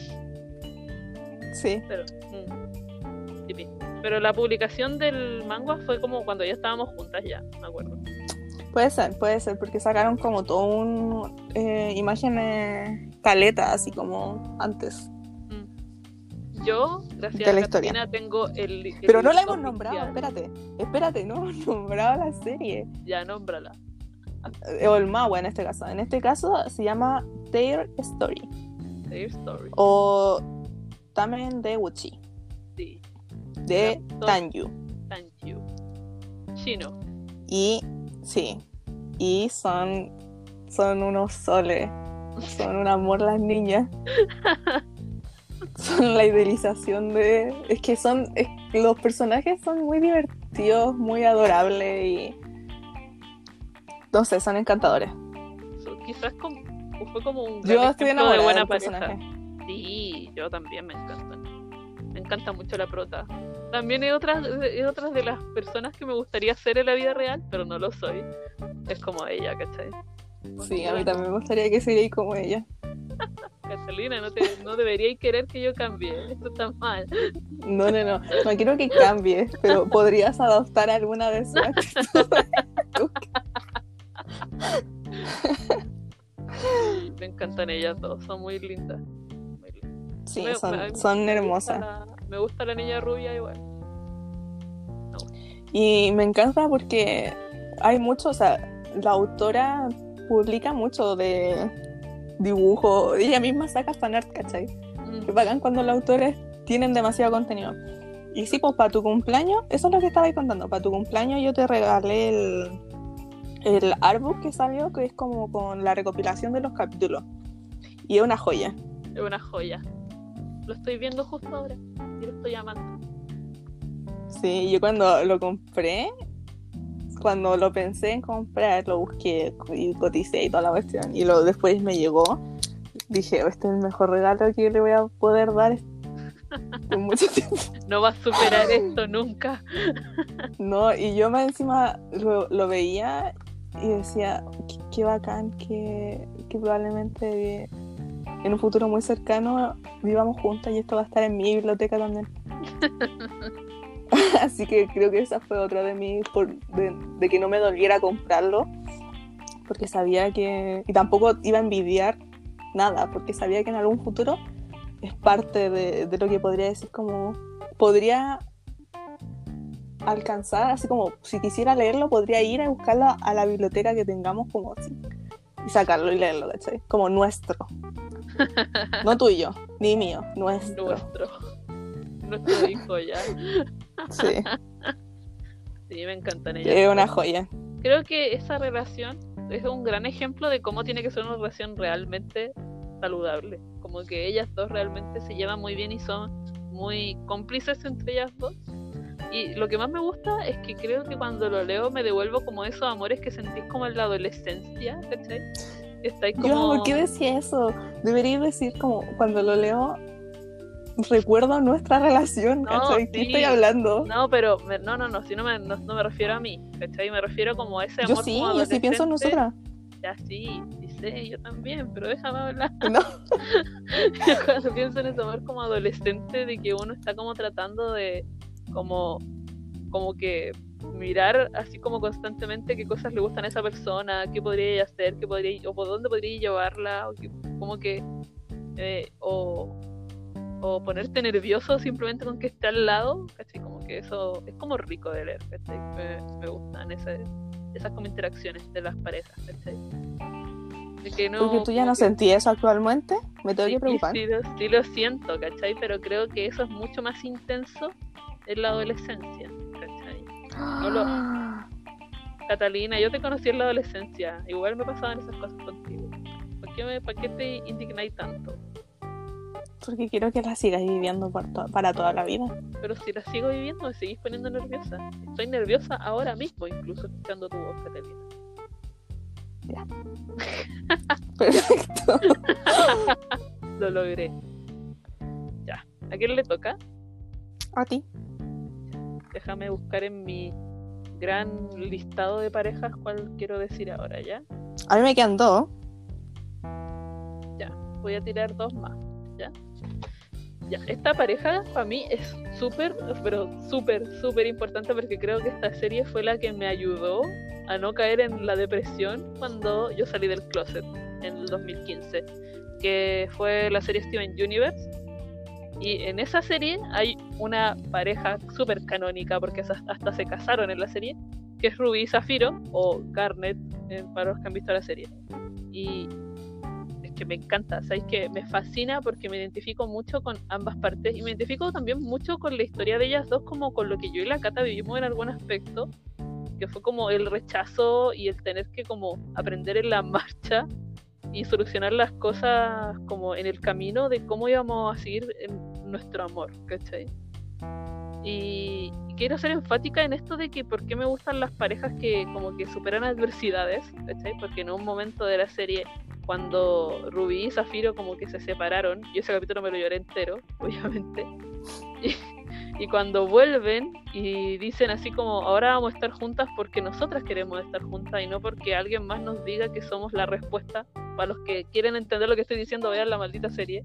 Sí,
pero mm, tipi. Pero la publicación del manga fue como cuando ya estábamos juntas ya, me acuerdo.
puede ser, puede ser, porque sacaron como todo un eh, imágenes caleta, así como antes.
Mm. Yo, gracias
De la
a
historia.
Catalina, tengo el, el
Pero no la
libro
hemos nombrado,
oficial.
espérate, espérate, no hemos nombrado la serie.
Ya, nómbrala.
O el magua en este caso. En este caso se llama Their Story.
Their Story.
O Tamen de Uchi,
Sí.
de
Pero-
Tanyu.
Thank you. Chino.
Y sí, y son, son unos soles. Son un amor las niñas. Son la idealización de... Es que son... es- los personajes son muy divertidos, muy adorables y... No sé, son encantadores.
So, quizás como, fue como un
Yo
gran
estoy
ejemplo
enamorada
de buena
del
pareja.
personaje.
Sí, yo también me encantan. Me encanta mucho la prota. También hay otras, hay otras de las personas que me gustaría ser en la vida real, pero no lo soy. Es como ella, ¿cachai?
Sí, a mí también me gustaría que sería como ella.
Catalina, no, te, no deberíais querer que yo cambie. Esto está mal.
No, no, no. No quiero que cambie, pero podrías adoptar alguna de sus actitudes.
Me encantan ellas dos, son muy lindas. Muy lindas.
Sí,
Me-
son,
me-
son
me
hermosas.
gusta la- me gusta la niña rubia igual.
Y me encanta porque hay mucho, o sea, la autora publica mucho de dibujo. Ella misma saca fanart, ¿cachai?
Mm.
Es bacán cuando los autores tienen demasiado contenido. Y sí, pues para tu cumpleaños, eso es lo que estaba ahí contando. Para tu cumpleaños yo te regalé el, el artbook que salió, que es como con la recopilación de los capítulos. Y es una joya.
Es una joya. Lo estoy viendo justo ahora. Y lo estoy amando.
Sí, yo cuando lo compré, cuando lo pensé en comprar, lo busqué y coticé y toda la cuestión. Y lo, después me llegó. Dije, este es el mejor regalo que le voy a poder dar en mucho tiempo.
No vas a superar esto nunca.
No, y yo más encima lo, lo veía y decía, qué, qué bacán que, que probablemente en un futuro muy cercano vivamos juntas y esto va a estar en mi biblioteca también. Así que creo que esa fue otra de mis, por, de, de que no me doliera comprarlo, porque sabía que, y tampoco iba a envidiar nada, porque sabía que en algún futuro es parte de, de lo que podría decir como, podría alcanzar, así como si quisiera leerlo, podría ir a buscarlo a la biblioteca que tengamos como así, y sacarlo y leerlo, ¿cachai? Como nuestro. No tuyo, ni mío, nuestro.
Nuestro. Nuestro hijo ya.
Sí.
Sí, me encantan ellas.
Es una joya.
Creo que esa relación es un gran ejemplo de cómo tiene que ser una relación realmente saludable. Como que ellas dos realmente se llevan muy bien y son muy cómplices entre ellas dos. Y lo que más me gusta es que creo que cuando lo leo me devuelvo como esos amores que sentís como en la adolescencia, ¿cachai? Estáis como...
Yo, ¿por qué decía eso? Debería decir como cuando lo leo, recuerdo nuestra relación,
No,
¿cachai? ¿Qué
sí.
estoy hablando?
No, pero me- no, no, no, si no me, no, no me refiero a mí, ¿cachai? Me refiero como a ese amor
Yo sí,
como
yo sí pienso en
adolescente.
nosotras.
Ya sí, sí sé, yo también, pero déjame hablar.
No,
Cuando pienso en ese amor como adolescente, de que uno está como tratando de como, como que mirar así como constantemente qué cosas le gustan a esa persona, qué podría ella hacer, qué podría, o por dónde podría llevarla, o que, como que eh, o, o ponerte nervioso simplemente con que esté al lado, ¿cachai? Como que eso es como rico de leer, ¿cachai? Me, me gustan ese, esas como interacciones de las parejas, ¿cachai? De que no,
porque tú ya
como
no
que-
sentí eso actualmente, me tengo
sí,
que preocupar.
sí lo, sí lo siento, ¿cachai? Pero creo que eso es mucho más intenso en la adolescencia, ¿cachai? No lo- Catalina, yo te conocí en la adolescencia, igual me pasaban esas cosas contigo. ¿Por qué, me, ¿Para qué te indignáis tanto?
Porque quiero que la sigas viviendo por to- para toda la vida.
Pero si la sigo viviendo, me seguís poniendo nerviosa. Estoy nerviosa ahora mismo, incluso escuchando tu voz, Catalina.
Perfecto.
Lo logré. Ya. ¿A quién le toca?
A ti.
Déjame buscar en mi gran listado de parejas cuál quiero decir ahora, ¿ya?
A mí me quedan dos.
Ya. Voy a tirar dos más, ¿ya? Ya. Esta pareja para mí es súper, pero súper, súper importante porque creo que esta serie fue la que me ayudó a no caer en la depresión cuando yo salí del closet en el dos mil quince, que fue la serie Steven Universe. Y en esa serie hay una pareja súper canónica, porque hasta, hasta se casaron en la serie, que es Ruby y Zafiro, o Garnet, eh, para los que han visto la serie. Y es que me encanta, ¿sabéis? Que me fascina porque me identifico mucho con ambas partes, y me identifico también mucho con la historia de ellas dos, como con lo que yo y la Cata vivimos en algún aspecto, que fue como el rechazo y el tener que como aprender en la marcha y solucionar las cosas como en el camino de cómo íbamos a seguir en nuestro amor, ¿cachai? Y, y quiero ser enfática en esto de que por qué me gustan las parejas que como que superan adversidades, ¿cachai? Porque en un momento de la serie, cuando Rubí y Zafiro como que se separaron, y ese capítulo me lo lloré entero, obviamente, y, y cuando vuelven y dicen así como, ahora vamos a estar juntas porque nosotras queremos estar juntas y no porque alguien más nos diga que somos la respuesta. Para los que quieren entender lo que estoy diciendo, vean la maldita serie.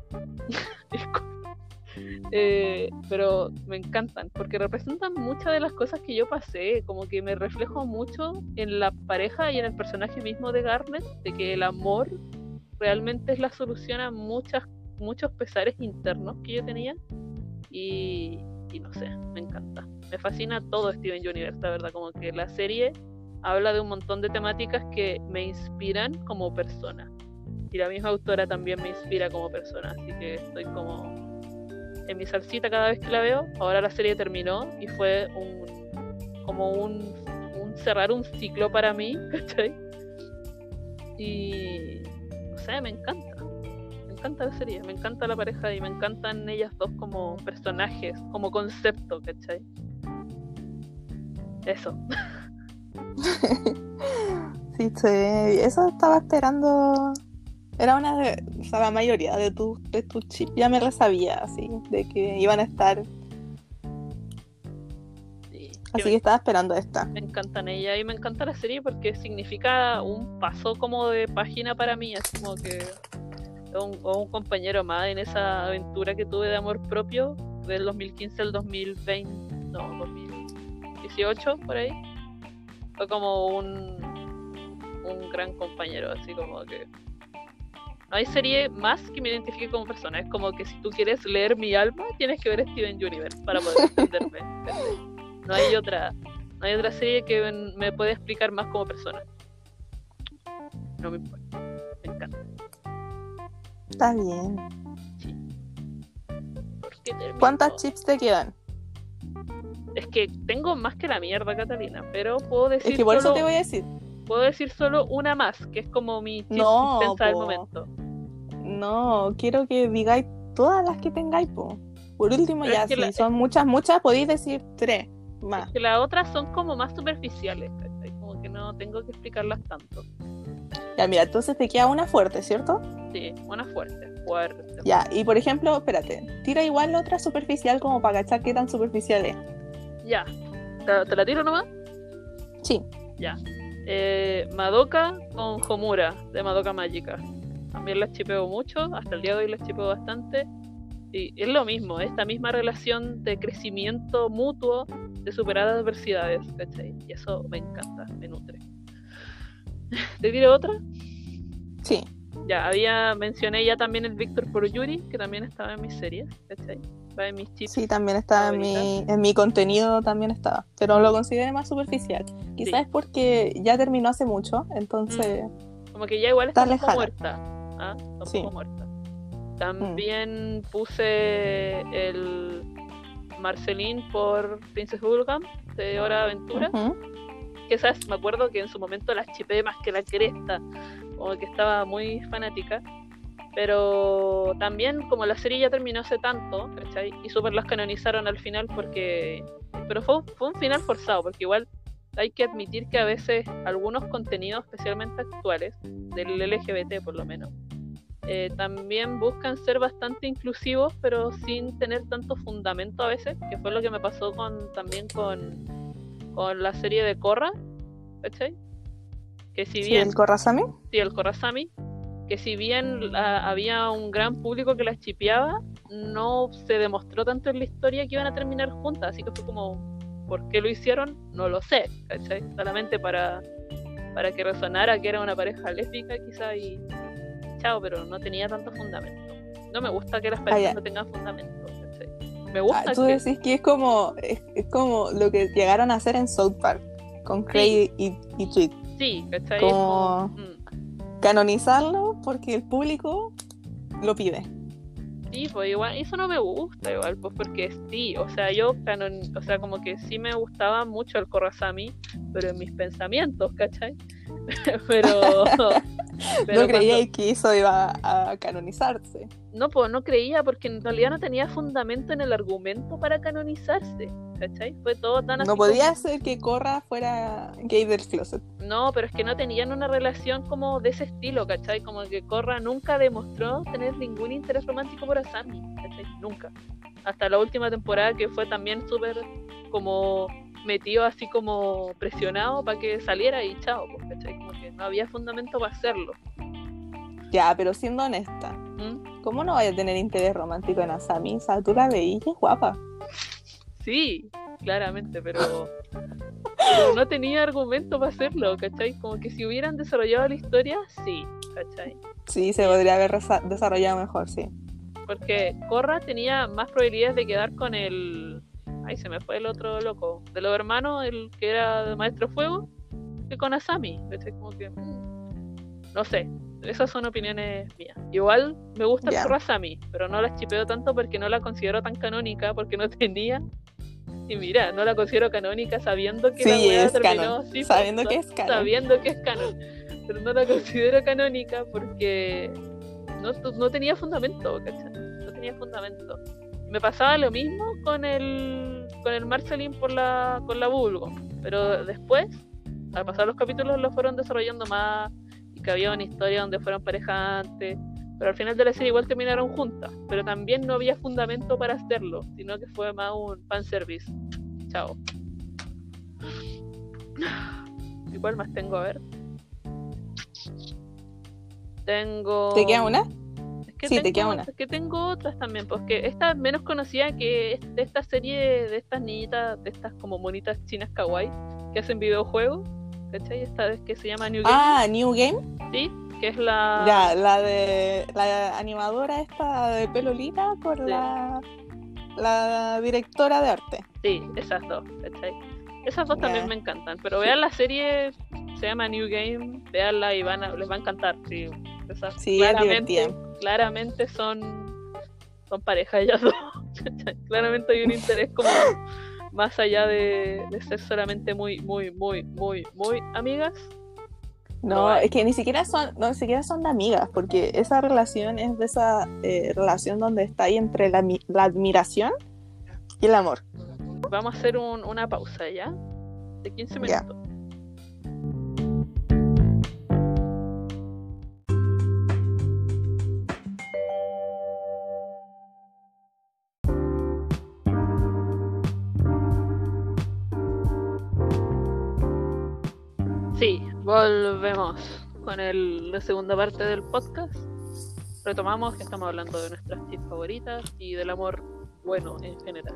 eh, pero me encantan porque representan muchas de las cosas que yo pasé, como que me reflejo mucho en la pareja y en el personaje mismo de Garnet, de que el amor realmente es la solución a muchas, muchos pesares internos que yo tenía. Y, y no sé, me encanta, me fascina todo Steven Universe, la verdad, como que la serie habla de un montón de temáticas que me inspiran como persona, y la misma autora también me inspira como persona, así que estoy como en mi salsita cada vez que la veo. Ahora la serie terminó y fue un como un, un cerrar un ciclo para mí, ¿cachai? Y no sé, me encanta. Me encanta la serie, me encanta la pareja y me encantan ellas dos como personajes, como concepto, ¿cachai? Eso.
Sí, sí, eso estaba esperando. Era una de, o sea, la mayoría de tus de tus chips ya me lo sabía, así, de que iban a estar.
Sí,
Así
me,
que estaba esperando esta.
me encantan ella y me encanta la serie porque significa un paso como de página para mí, así como que un, o un compañero más en esa aventura que tuve de amor propio del dos mil quince al dos mil veinte, no, dos mil dieciocho, por ahí. Fue como un un gran compañero, así como que no hay serie más que me identifique como persona. Es como que si tú quieres leer mi alma, tienes que ver Steven Universe para poder entenderme. No hay otra, no hay otra serie que me pueda explicar más como persona. no me importa, me encanta.
Está bien.
Sí. ¿Por qué terminó?
¿Cuántas chips te quedan?
Es que tengo más que la mierda, Catalina, pero puedo decir
Es que por
solo,
eso te voy a decir.
puedo decir solo una más, que es como mi chip
No,
dispensa del
po.
momento.
No, quiero que digáis todas las que tengáis, po. Por último,
Pero
ya,
es que
si
la-
son muchas, muchas, podéis decir tres más.
Es que las otras son como más superficiales, ¿cachai? Como que no tengo que explicarlas tanto.
Ya, mira, entonces te queda una fuerte, ¿cierto?
Sí, una fuerte, fuerte.
Ya, y por ejemplo, espérate, tira igual la otra superficial como para cachar qué tan superficial es.
Ya. ¿Te, te la tiro nomás?
Sí.
Ya. Eh, Madoka con Homura de Madoka Mágica. También las chipeo mucho, hasta el día de hoy las chipeo bastante. Y es lo mismo, esta misma relación de crecimiento mutuo, de superar adversidades, ¿cachai? Y eso me encanta, me nutre. ¿Te tiro otra?
Sí.
Ya, había, mencioné ya también el Víctor por Yuri, que también estaba en mis series, ¿cachai? Va en mis chips.
Sí, también estaba en mi,
favoritas.
en mi contenido, también estaba. Pero lo consideré más superficial. Quizás
Sí.
es porque ya terminó hace mucho, entonces...
Como que ya igual está,
Está
un poco
lejana.
muerta. ¿Ah? Está un
Sí.
poco muerta. También puse el Marceline por Princess Bubblegum de Hora de Aventura.
Ujú.
Que esas me acuerdo que en su momento las chipé más que la cresta. Como que estaba muy fanática. Pero también como la serie ya terminó hace tanto, ¿cachai? Y súper las canonizaron al final porque... Pero fue, fue un final forzado, porque igual hay que admitir que a veces algunos contenidos, especialmente actuales, del L G B T por lo menos, eh, también buscan ser bastante inclusivos, pero sin tener tanto fundamento a veces, que fue lo que me pasó con también con, con la serie de Korra, ¿cachai? Que si
Sí,
bien...
el Korrasami.
Sí, el Korrasami, que si bien la, había un gran público que las chipeaba, no se demostró tanto en la historia que iban a terminar juntas, así que fue como, ¿por qué lo hicieron? No lo sé, ¿cachai? Solamente para, para que resonara que era una pareja lésbica quizá y chao, pero no tenía tanto fundamento. No me gusta que las parejas
Ah, ya.
no tengan fundamento, ¿cachai? Me gusta
Ah, tú
que...
decís que es como, es, es como lo que llegaron a hacer en South Park con Craig y, y Tweet.
Sí, ¿cachai?
Como-
Es como, mm.
Canonizarlo porque el público lo pide.
Sí, pues igual, eso no me gusta igual, pues porque sí, o sea, yo canon, o sea, como que sí me gustaba mucho el Korrasami, pero en mis pensamientos, ¿cachai? pero, pero
No creía
cuando-
que eso iba a canonizarse.
no, pues no creía porque en realidad no tenía fundamento en el argumento para canonizarse, ¿cachai? Fue todo tan así
No
como-
podía ser que Korra fuera gay del closet.
No, pero es que no tenían una relación como de ese estilo, ¿cachai? Como que Korra nunca demostró tener ningún interés romántico por Asami, ¿cachai? Nunca. Hasta la última temporada que fue también súper como metido así como presionado para que saliera y chao, pues, ¿cachai? Como que no había fundamento para hacerlo.
Ya, pero siendo honesta,
¿Mm?
¿cómo no vaya a tener interés romántico en Asami? O sea, tú la veías y es guapa.
Sí, claramente, pero, pero no tenía argumento para hacerlo, ¿cachai? Como que si hubieran desarrollado la historia, sí, ¿cachai?
Sí, se podría haber resa- desarrollado mejor, sí.
Porque Korra tenía más probabilidades de quedar con el... Ay, se me fue el otro loco. De los hermanos, el que era de Maestro Fuego, que con Asami. ¿Cachai? Como que... mm, no sé. Esas son opiniones mías. Igual me gusta
Ya.
el Asami, pero no la chipeo tanto porque no la considero tan canónica, porque no tenía... Y mira, no la considero canónica sabiendo que
Sí,
la weá
es
terminó...
canon.
sí,
Sabiendo
pues,
que es canon.
Sabiendo que es canon. Pero no la considero canónica porque... No, no tenía fundamento, ¿cachai? No tenía fundamento. Me pasaba lo mismo con el con el Marceline por la con la Bulgo, pero después, al pasar los capítulos, lo fueron desarrollando más y que había una historia donde fueron pareja antes, pero al final de la serie igual terminaron juntas, pero también no había fundamento para hacerlo, sino que fue más un fanservice. Chao. ¿Y cuál más tengo? A ver. Tengo...
¿Te queda una?
Es que
Sí, te
tengo,
queda una.
es que tengo otras también, porque esta es menos conocida que es- de esta serie de estas niñitas, de estas como monitas chinas kawaii que hacen videojuegos, ¿cachai? Esta vez que se llama New Game,
Ah, New Game.
¿sí? Que es la...
Ya, la de la animadora esta de pelo lila con
Sí.
la, la directora de arte.
Sí, esas dos, ¿cachai? Esas dos también
Ya.
me encantan. Pero vean la serie, se llama New Game, veanla y van a, les va a encantar. Sí, esas
Sí, es
claramente,
divertida.
claramente son, son pareja ellas dos. Claramente hay un interés como más allá de, de ser solamente muy, muy, muy, muy, muy amigas. Lo
No,
hay.
es que ni siquiera son, no, ni siquiera son de amigas, porque esa relación es de esa eh, relación donde está ahí entre la, mi- la admiración y el amor.
Vamos a hacer un- una pausa ya, de quince
Ya.
minutos. Sí, volvemos con el- la segunda parte del podcast. Retomamos que estamos hablando de nuestras chips favoritas y del amor bueno en general.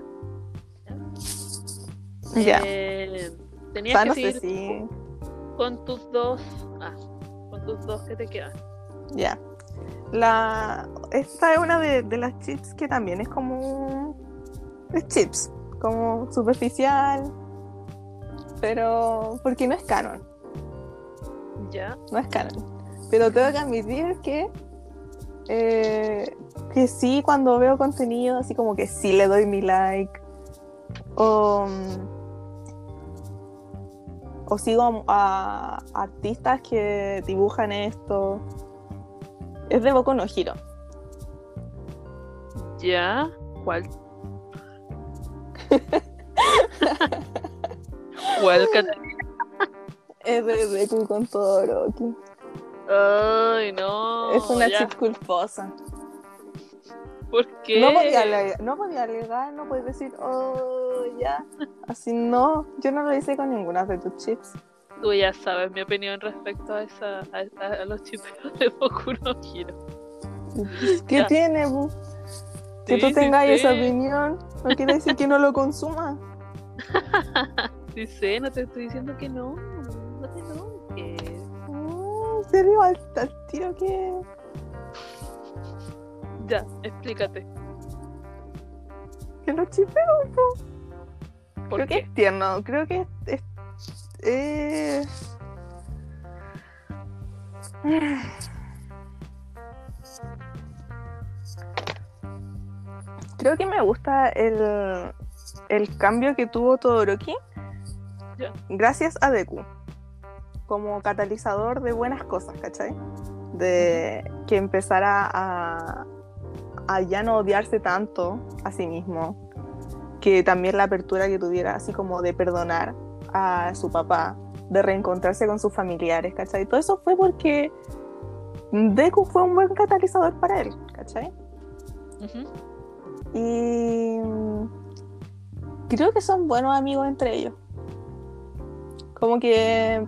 Ya.
Eh,
O
tenías
sea,
que
no sé
seguir
si.
con tus dos. Ah, con tus dos que te quedan.
Ya. La... Esta es una de, de las chips que también es como. Es chips. Como superficial. Pero. Porque no es canon.
Ya.
No es canon. Pero tengo que admitir que. eh, que sí, cuando veo contenido, así como que sí le doy mi like. O. O sigo a, a artistas que dibujan esto. Es de Boku no Hero.
Ya. ¿Cuál? ¿Cuál, Catalina?
Es de Deku con Todoroki.
Ay, no.
Es una
ya.
chip culposa.
¿Por qué?
No podía, ale- no podía alegar, no podía decir, oh, ya. Así no, yo no lo hice con ninguna de tus chips.
Tú ya sabes mi opinión respecto a esa a, a- a los chipeos de Boku no Hero.
¿Qué
Ya.
tiene, bu? Que
Sí,
tú
sí
tengas
sé.
esa opinión, no quiere decir que no lo consumas.
Sí sé, no te estoy diciendo que no. No te enojes.
Oh, ¿en serio? Al, al tiro que.
Ya, explícate.
Que lo chipeo.
¿Por
Creo que
qué?
es tierno, creo que es. es- es- Creo que me gusta el, el cambio que tuvo Todoroki
Ya.
gracias a Deku como catalizador de buenas cosas, ¿cachai? De que empezara a, a ya no odiarse tanto a sí mismo, que también la apertura que tuviera así como de perdonar a su papá, de reencontrarse con sus familiares, ¿cachai? Todo eso fue porque Deku fue un buen catalizador para él, ¿cachai?
Ujú.
Y creo que son buenos amigos entre ellos. Como que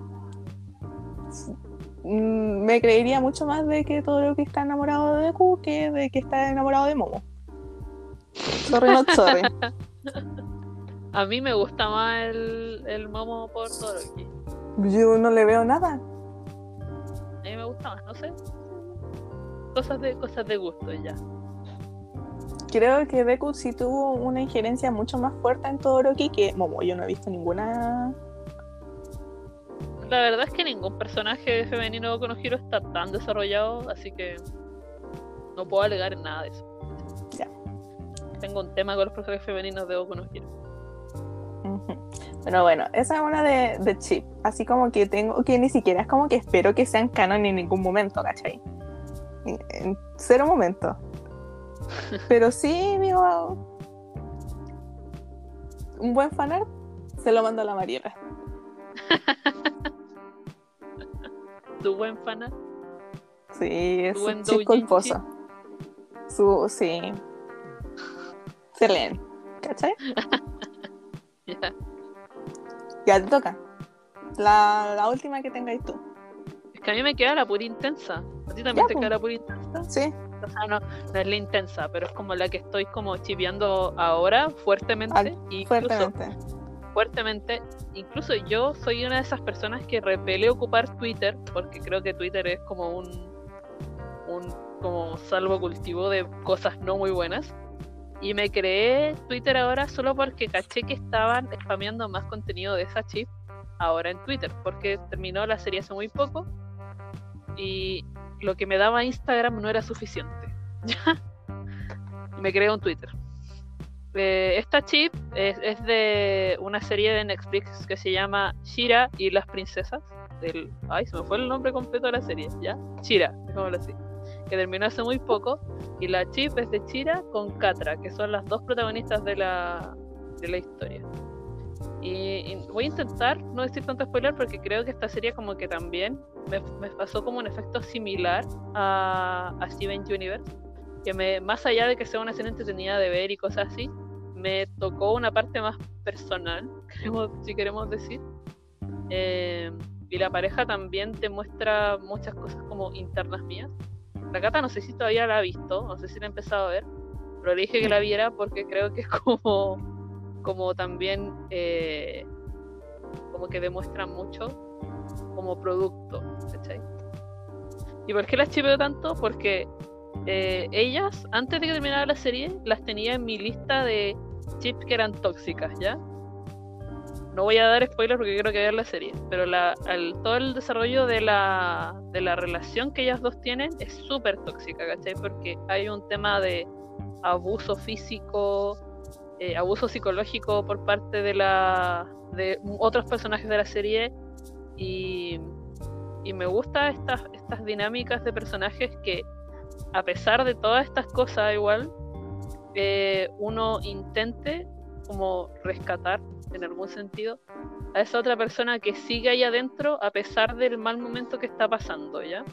mm, me creería mucho más de que todo lo que está enamorado de Deku que de que está enamorado de Momo. Sorry, not sorry.
A mí me gusta más el, el Momo por Todoroki.
Yo no le veo nada.
A mí me gusta más, no sé. Cosas de, cosas de gusto ya.
Creo que Deku sí tuvo una injerencia mucho más fuerte en Todoroki que Momo. Yo no he visto ninguna.
La verdad es que ningún personaje femenino de Boku no Hero está tan desarrollado, así que no puedo alegar en nada de eso.
Ya.
Tengo un tema con los personajes femeninos de Boku no Hero.
Ujú. Pero bueno, esa es una de, de chip. Así como que tengo, que ni siquiera es como que espero que sean canon en ningún momento, ¿cachai? En, en cero momento. Pero sí, digo, un buen fanart se lo mando a la Mariela.
Tu buen fana.
Sí, es
Tu
su
buen
chip
doujinshi.
culposa. Su, sí. Se leen, ¿cachai?
Ya.
Ya te toca. La, la última que tengáis tú.
Es que a mí me queda la pura intensa. ¿A ti también
Ya,
te
pues.
queda la pura intensa?
Sí,
O sea, no, no es la intensa, pero es como la que estoy como chipeando ahora fuertemente.
al-
Incluso,
fuertemente.
fuertemente. Incluso yo soy una de esas personas que repele ocupar Twitter, porque creo que Twitter es como un, un como salvocultivo de cosas no muy buenas. Y me creé Twitter ahora solo porque caché que estaban spameando más contenido de esa chip ahora en Twitter, porque terminó la serie hace muy poco y lo que me daba Instagram no era suficiente. Y me creé un Twitter. Eh, esta chip es, es de una serie de Netflix que se llama Shira y las princesas. Del, ay, se me fue el nombre completo de la serie, ¿ya? Shira, digámoslo así. Que terminó hace muy poco. Y la chip es de Shira con Catra, que son las dos protagonistas de la, de la historia. Y, y voy a intentar no decir tanto spoiler porque creo que esta serie como que también me, me pasó como un efecto similar a, a Steven Universe. Que me, más allá de que sea una serie entretenida de ver y cosas así, me tocó una parte más personal, queremos, si queremos decir. Eh, y la pareja también te muestra muchas cosas como internas mías. La Cata no sé si todavía la ha visto, no sé si la ha empezado a ver, pero le dije que la viera porque creo que es como, como también eh, como que demuestra mucho como producto, ¿cachai? ¿Y por qué las chipeo tanto? Porque eh, ellas, antes de que terminara la serie, las tenía en mi lista de chips que eran tóxicas, ¿ya? No voy a dar spoilers porque quiero que vean la serie, pero la, el, todo el desarrollo de la, de la relación que ellas dos tienen es súper tóxica, ¿cachai? Porque hay un tema de abuso físico, eh, abuso psicológico por parte de, la, de otros personajes de la serie y, y me gustan estas, estas dinámicas de personajes que, a pesar de todas estas cosas, igual, eh, uno intente como rescatar en algún sentido a esa otra persona que sigue ahí adentro a pesar del mal momento que está pasando, ¿ya?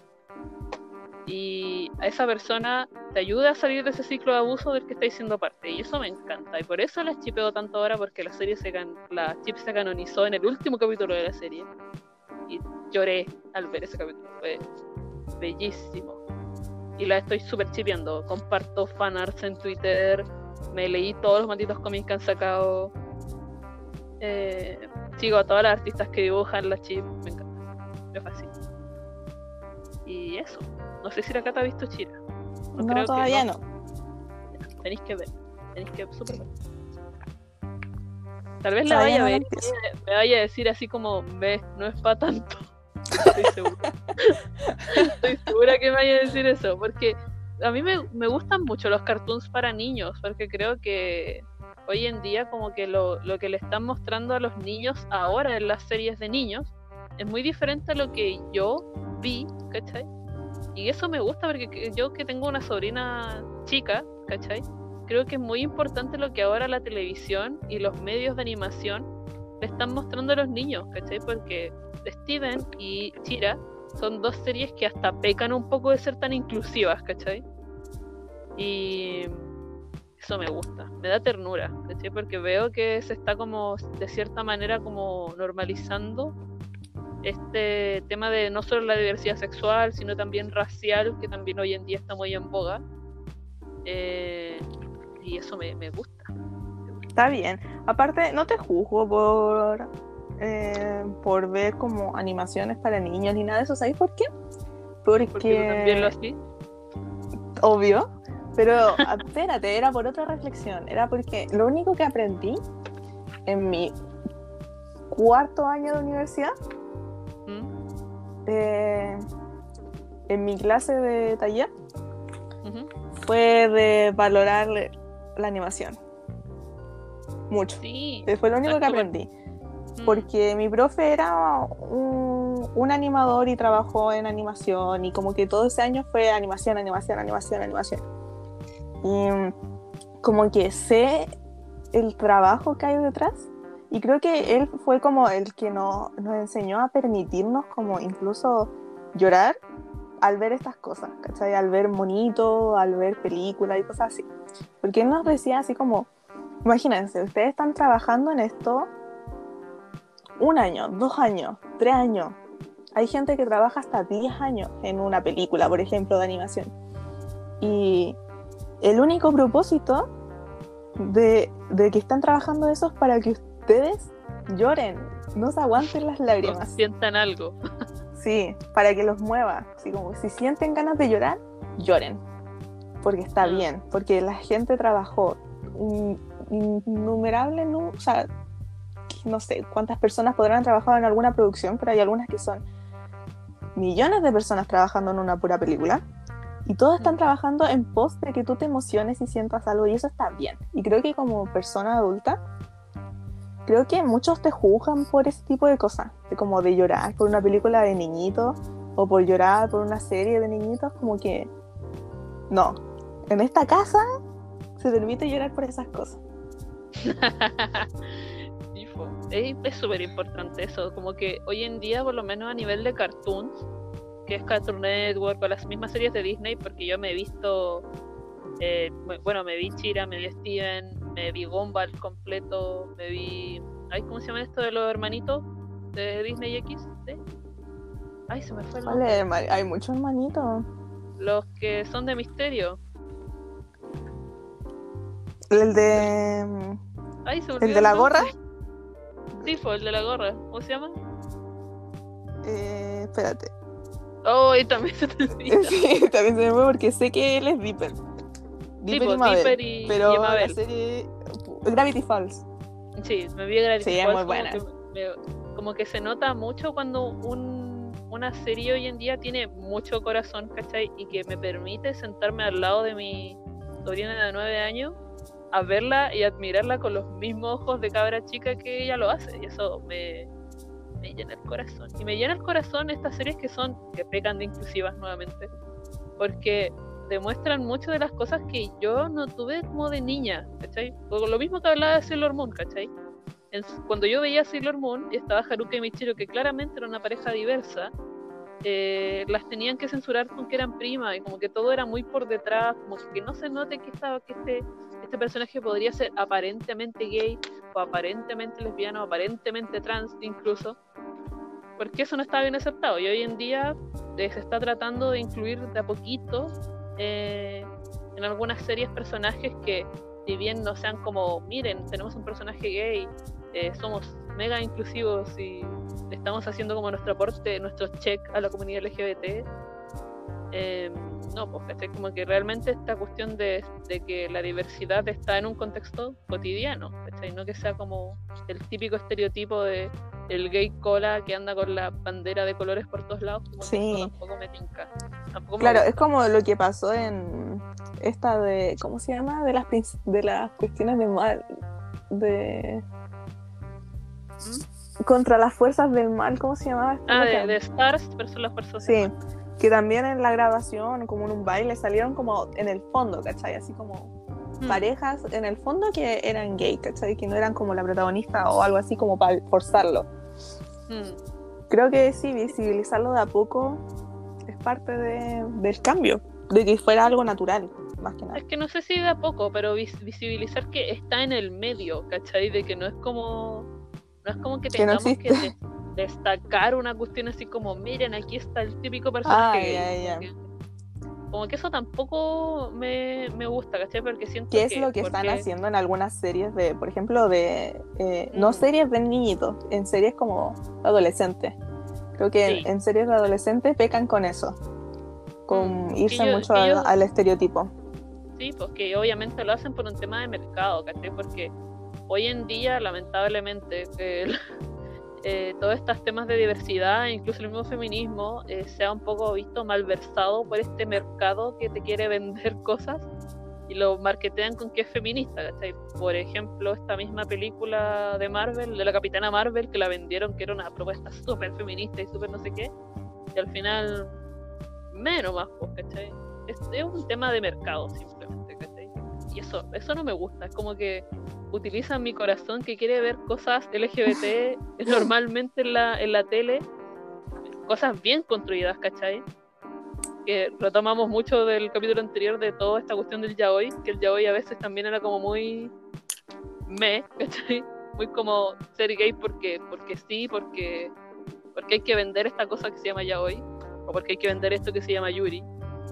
Y a esa persona te ayuda a salir de ese ciclo de abuso del que estáis siendo parte, y eso me encanta, y por eso las chipeo tanto ahora, porque la serie se can... la chip se canonizó en el último capítulo de la serie y lloré al ver ese capítulo, fue bellísimo y la estoy súper chipeando, comparto fanarts en Twitter, me leí todos los malditos cómics que han sacado. Eh, sigo a todas las artistas que dibujan la chip, me encanta, me fascina. Y eso, no sé si la Cata ha visto Shira.
No, no todavía no.
no. Tenéis que ver, tenéis que super ver. Tal vez
Todavía
la vaya
no
a ver
empiezo.
y me vaya a decir así como, ve, no es para tanto. Estoy segura. Estoy segura que me vaya a decir eso, porque a mí me, me gustan mucho los cartoons para niños, porque creo que hoy en día como que lo, lo que le están mostrando a los niños ahora en las series de niños es muy diferente a lo que yo vi, ¿cachai? Y eso me gusta porque yo que tengo una sobrina chica, ¿cachai? Creo que es muy importante lo que ahora la televisión y los medios de animación le están mostrando a los niños, ¿cachai? Porque Steven y Shira son dos series que hasta pecan un poco de ser tan inclusivas, ¿cachai? Y eso me gusta, me da ternura, ¿cachai? Porque veo que se está como, de cierta manera, como normalizando este tema de no solo la diversidad sexual, sino también racial, que también hoy en día está muy en boga. Eh, y eso me, me gusta.
Está bien. Aparte, no te juzgo por, eh, por ver como animaciones para niños ni nada de eso. ¿Sabes por qué? Porque...
Porque tú también lo hacís.
Obvio. Pero espérate, era por otra reflexión. Era porque lo único que aprendí en mi cuarto año de universidad,
¿Mm?
eh, en mi clase de taller,
Uh-huh.
fue de valorar la animación. Mucho.
Sí.
Fue lo único que aprendí. Porque mi profe era un, un animador y trabajó en animación y como que todo ese año fue animación, animación, animación, animación. Y como que sé el trabajo que hay detrás y creo que él fue como el que nos, nos enseñó a permitirnos como incluso llorar al ver estas cosas, ¿cachai? Al ver monitos, al ver películas y cosas así. Porque él nos decía así como, imagínense, ustedes están trabajando en esto un año, dos años, tres años. Hay gente que trabaja hasta diez años en una película, por ejemplo, de animación. Y el único propósito de, de que están trabajando eso es para que ustedes lloren, no se aguanten las lágrimas.
No sientan algo.
Sí, para que los mueva. Así como si sienten ganas de llorar, lloren. Porque está
Mm.
bien, porque la gente trabajó in- innumerables, ¿no? O sea, no sé cuántas personas podrán haber trabajado en alguna producción, pero hay algunas que son millones de personas trabajando en una pura película y todos están trabajando en pos de que tú te emociones y sientas algo, y eso está bien. Y creo que como persona adulta, creo que muchos te juzgan por ese tipo de cosas, de como de llorar por una película de niñitos o por llorar por una serie de niñitos, como que no, en esta casa se permite llorar por esas cosas.
Sí, po. Es es súper importante eso, como que hoy en día, por lo menos a nivel de cartoons, que es Cartoon Network o las mismas series de Disney, porque yo me he visto, eh, me- bueno, me vi Chira, me vi Steven, me vi Gumball completo, me vi, ay, ¿cómo se llama esto de los hermanitos de Disney X? ¿Sí? Ay, se me fue el nombre.
Vale, ma- hay muchos hermanitos.
Los que son de misterio.
El de...
Ay, se me
¿El
olvidó
de la
nombre.
gorra?
Sí, fue el de la gorra. ¿Cómo se llama?
Eh, espérate.
Oh, y también se te olvida.
Sí, también se me fue porque sé que él es Dipper. Dipper
pues,
y Mabel.
Dipper y-
pero
y Mabel.
la serie... Gravity Falls.
Sí, me vi Gravity
Sí, es
Falls,
muy
como
buena.
que me- como que se nota mucho cuando un, una serie hoy en día tiene mucho corazón, ¿cachai? Y que me permite sentarme al lado de mi sobrina de nueve años a verla y admirarla con los mismos ojos de cabra chica que ella lo hace. Y eso me, me llena el corazón. Y me llena el corazón estas series que son, que pecan de inclusivas nuevamente, porque demuestran mucho de las cosas que yo no tuve como de niña, ¿cachai? O lo mismo que hablaba de Sailor Moon, ¿cachai? En- cuando yo veía Sailor Moon y estaba Haruka y Michiru, que claramente era una pareja diversa, eh, las tenían que censurar con que eran primas, y como que todo era muy por detrás, como que no se note que, estaba, que este, este personaje podría ser aparentemente gay, o aparentemente lesbiano, o aparentemente trans incluso, porque eso no está bien aceptado. Y hoy en día eh, se está tratando de incluir de a poquito eh, en algunas series personajes que, si bien no sean como, miren, tenemos un personaje gay, eh, somos mega inclusivos y estamos haciendo como nuestro aporte, nuestro check a la comunidad L G B T, eh, no, pues ¿cachai? Como que realmente esta cuestión de, de que la diversidad está en un contexto cotidiano, ¿cachai? No que sea como el típico estereotipo de el gay cola que anda con la bandera de colores por todos lados, como
Sí.
que eso tampoco me tinca. Tampoco me
Claro,
gusta.
es como lo que pasó en esta de, ¿cómo se llama? De las prin- de las cuestiones de mal, de
¿Mm?
contra las fuerzas del mal, ¿cómo se llamaba? esta
Ah,
loca?
de, de Stars versus las personas.
Sí, que también en la grabación, como en un baile, salieron como en el fondo, ¿cachai? Así como
Mm.
parejas en el fondo que eran gay, ¿cachai? Que no eran como la protagonista o algo así como para forzarlo.
Mm.
Creo que sí, visibilizarlo de a poco es parte de, del cambio, de que fuera algo natural, más que nada.
Es que no sé si de a poco, pero vis- visibilizar que está en el medio, ¿cachai? De que no es como no es como que
Que no
tengamos que,
existe.
des- destacar una cuestión así como, miren, aquí está el típico personaje
Ah,
gay.
ya,
Como
ya.
que- Como que eso tampoco me, me gusta, ¿cachai? Porque siento
¿Qué es
que
lo que están
porque-
haciendo en algunas series de, por ejemplo, de eh, no
Mm.
series de niñitos, en series como adolescentes? Creo que
Sí.
en, en series de adolescentes pecan con eso, con
Mm,
irse
que yo-
mucho
que
al,
yo-
al estereotipo.
Sí, pues que obviamente lo hacen por un tema de mercado, ¿cachai? Porque hoy en día, lamentablemente, el- eh, todos estos temas de diversidad, incluso el mismo feminismo, eh, se ha un poco visto malversado por este mercado que te quiere vender cosas y lo marketean con que es feminista, ¿cachai? Por ejemplo, esta misma película de Marvel, de la Capitana Marvel, que la vendieron que era una propuesta súper feminista y súper no sé qué, y al final, menos más, pues, ¿cachai? Es, es un tema de mercado simplemente, ¿cachai? Y eso, eso no me gusta, es como que utilizan mi corazón que quiere ver cosas L G B T normalmente en la, en la tele, cosas bien construidas, ¿cachai? Que retomamos mucho del capítulo anterior de toda esta cuestión del yaoi, que el yaoi a veces también era como muy me, ¿cachai? Muy como ser gay porque, porque sí, porque, porque hay que vender esta cosa que se llama yaoi, o porque hay que vender esto que se llama yuri,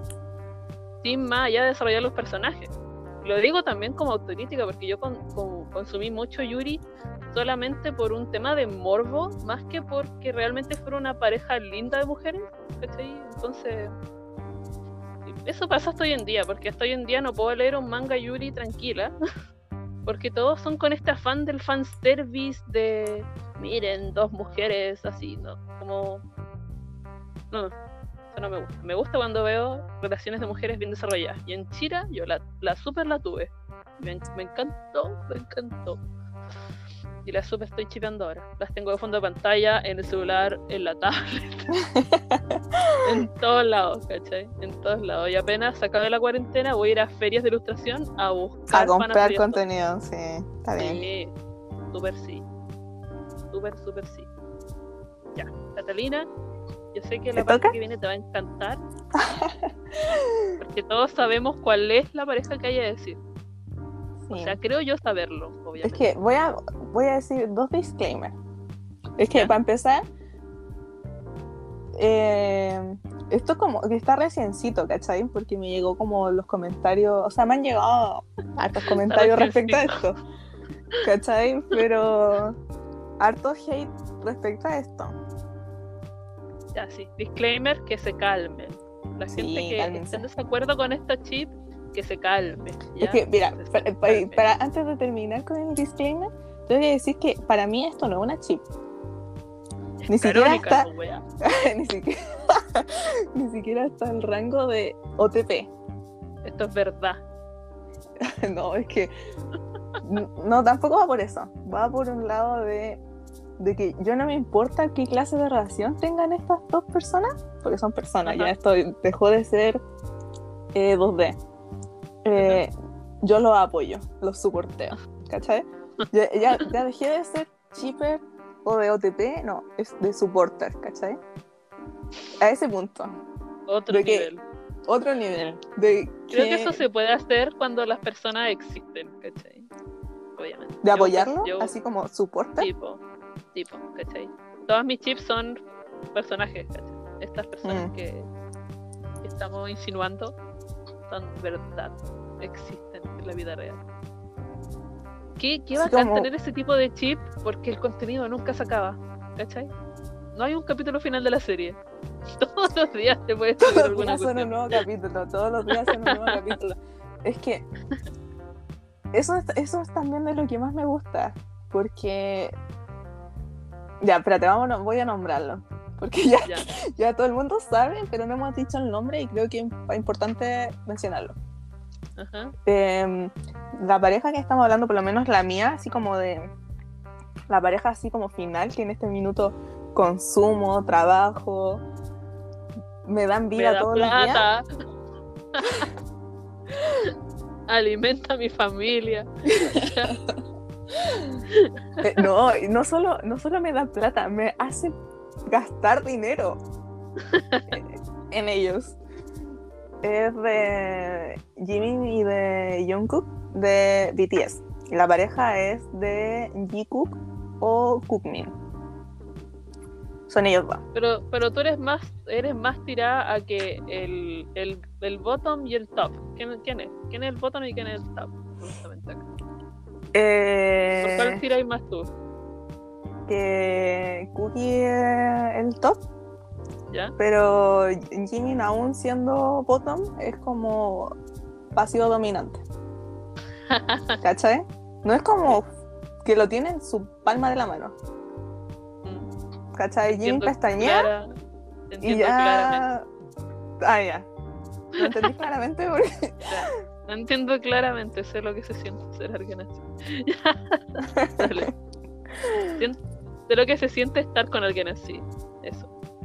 sin más allá de desarrollar los personajes. Lo digo también como autocrítica, porque yo con, con, consumí mucho yuri solamente por un tema de morbo, más que porque realmente fuera una pareja linda de mujeres, ¿cachai? Entonces, eso pasa hasta hoy en día, porque hasta hoy en día no puedo leer un manga yuri tranquila, Porque todos son con este afán del fanservice de miren, dos mujeres así, ¿no? Como no, eso no me gusta. Me gusta cuando veo relaciones de mujeres bien desarrolladas. Y en Chira yo la, la super la tuve. Me, me encantó, me encantó. Y las super estoy chipeando ahora. Las tengo de fondo de pantalla, en el celular, en la tablet. En todos lados, ¿cachai? En todos lados. Y apenas se acabe la cuarentena, voy a ir a ferias de ilustración a buscar.
A comprar contenido, sí. Está bien.
Sí, súper sí. Súper, súper sí. Ya, Catalina, yo sé que la parte
toca?
que viene te va a encantar. Porque todos sabemos cuál es la pareja que hay a decir. O sea, creo yo saberlo, obviamente.
Es que voy a, voy a decir dos disclaimers. Es que, ¿ya? Para empezar, eh, esto como que está reciencito, ¿cachai? Porque me llegó como los comentarios, o sea, me han llegado hartos comentarios respecto a esto, ¿cachai? Pero harto hate respecto a esto.
Ya, sí. Disclaimer, que se calmen. La
sí,
gente que
cálmense.
esté en desacuerdo con estos chips, que se calme. ¿ya?
Es que, mira,
se
para, para, para antes de terminar con el disclaimer, te voy a decir que para mí esto no es una chip.
Es
ni siquiera está
no,
ni siquiera ni siquiera está el rango de O T P.
Esto es verdad.
No, es que no, tampoco va por eso. Va por un lado de de que yo no me importa qué clase de relación tengan estas dos personas, porque son personas. Ajá. Ya esto dejó de ser eh, dos D. Eh, yo los apoyo, los soporteo, ¿cachai? Ya, ya, ya dejé de ser shipper o de O T P, no, es de supporter, ¿cachai? A ese punto.
Otro
de
nivel.
Que, otro nivel. De
Creo
que...
que eso se puede hacer cuando las personas existen, ¿cachai? Obviamente.
¿De apoyarlo?
Yo, yo,
así como supporter.
Tipo, tipo, ¿cachai? Todas mis chips son personajes, ¿cachai? Estas personas mm. que, que estamos insinuando son verdad, existen en la vida real. Qué, qué bacán como... tener ese tipo de chip, porque el contenido nunca se acaba, ¿cachai? No hay un capítulo final de la serie. Todos los días te puedes
subir
alguna
Todos los días son un nuevo capítulo, todos los días son un nuevo capítulo. Es que eso es, eso es también de lo que más me gusta, porque ya, espérate, vámonos, voy a nombrarlo. Porque ya, ya. ya todo el mundo sabe, pero no hemos dicho el nombre y creo que es importante mencionarlo.
Ajá.
Eh, la pareja que estamos hablando, por lo menos la mía, así como de la pareja así como final, que en este minuto consumo, trabajo, me dan vida
me da
todos
plata.
los días.
Alimenta a mi familia.
eh, no, no solo, no solo me da plata, me hace gastar dinero en ellos. Es de Jimin y de Jungkook de B T S. La pareja es de Jikook o Kookmin. Son ellos dos.
Pero, pero tú eres más, eres más tirada a que el, el, el bottom y el top. ¿Quién, quién es? ¿Quién es el bottom y quién es el top? Justamente acá.
Eh...
¿Por cuál tiráis más tú?
Que Cookie es el top,
¿ya?
Pero Jimin, aún siendo bottom, es como pasivo dominante. ¿Cachai? No es como que lo tiene en su palma de la mano. ¿Cachai? Jimin pestañea
clara,
y ya... Claramente. Ah, ya. ¿Lo entendí claramente? Porque...
No entiendo claramente, sé lo que se siente ser alguien así. Dale. De lo que se siente estar con alguien así. Eso.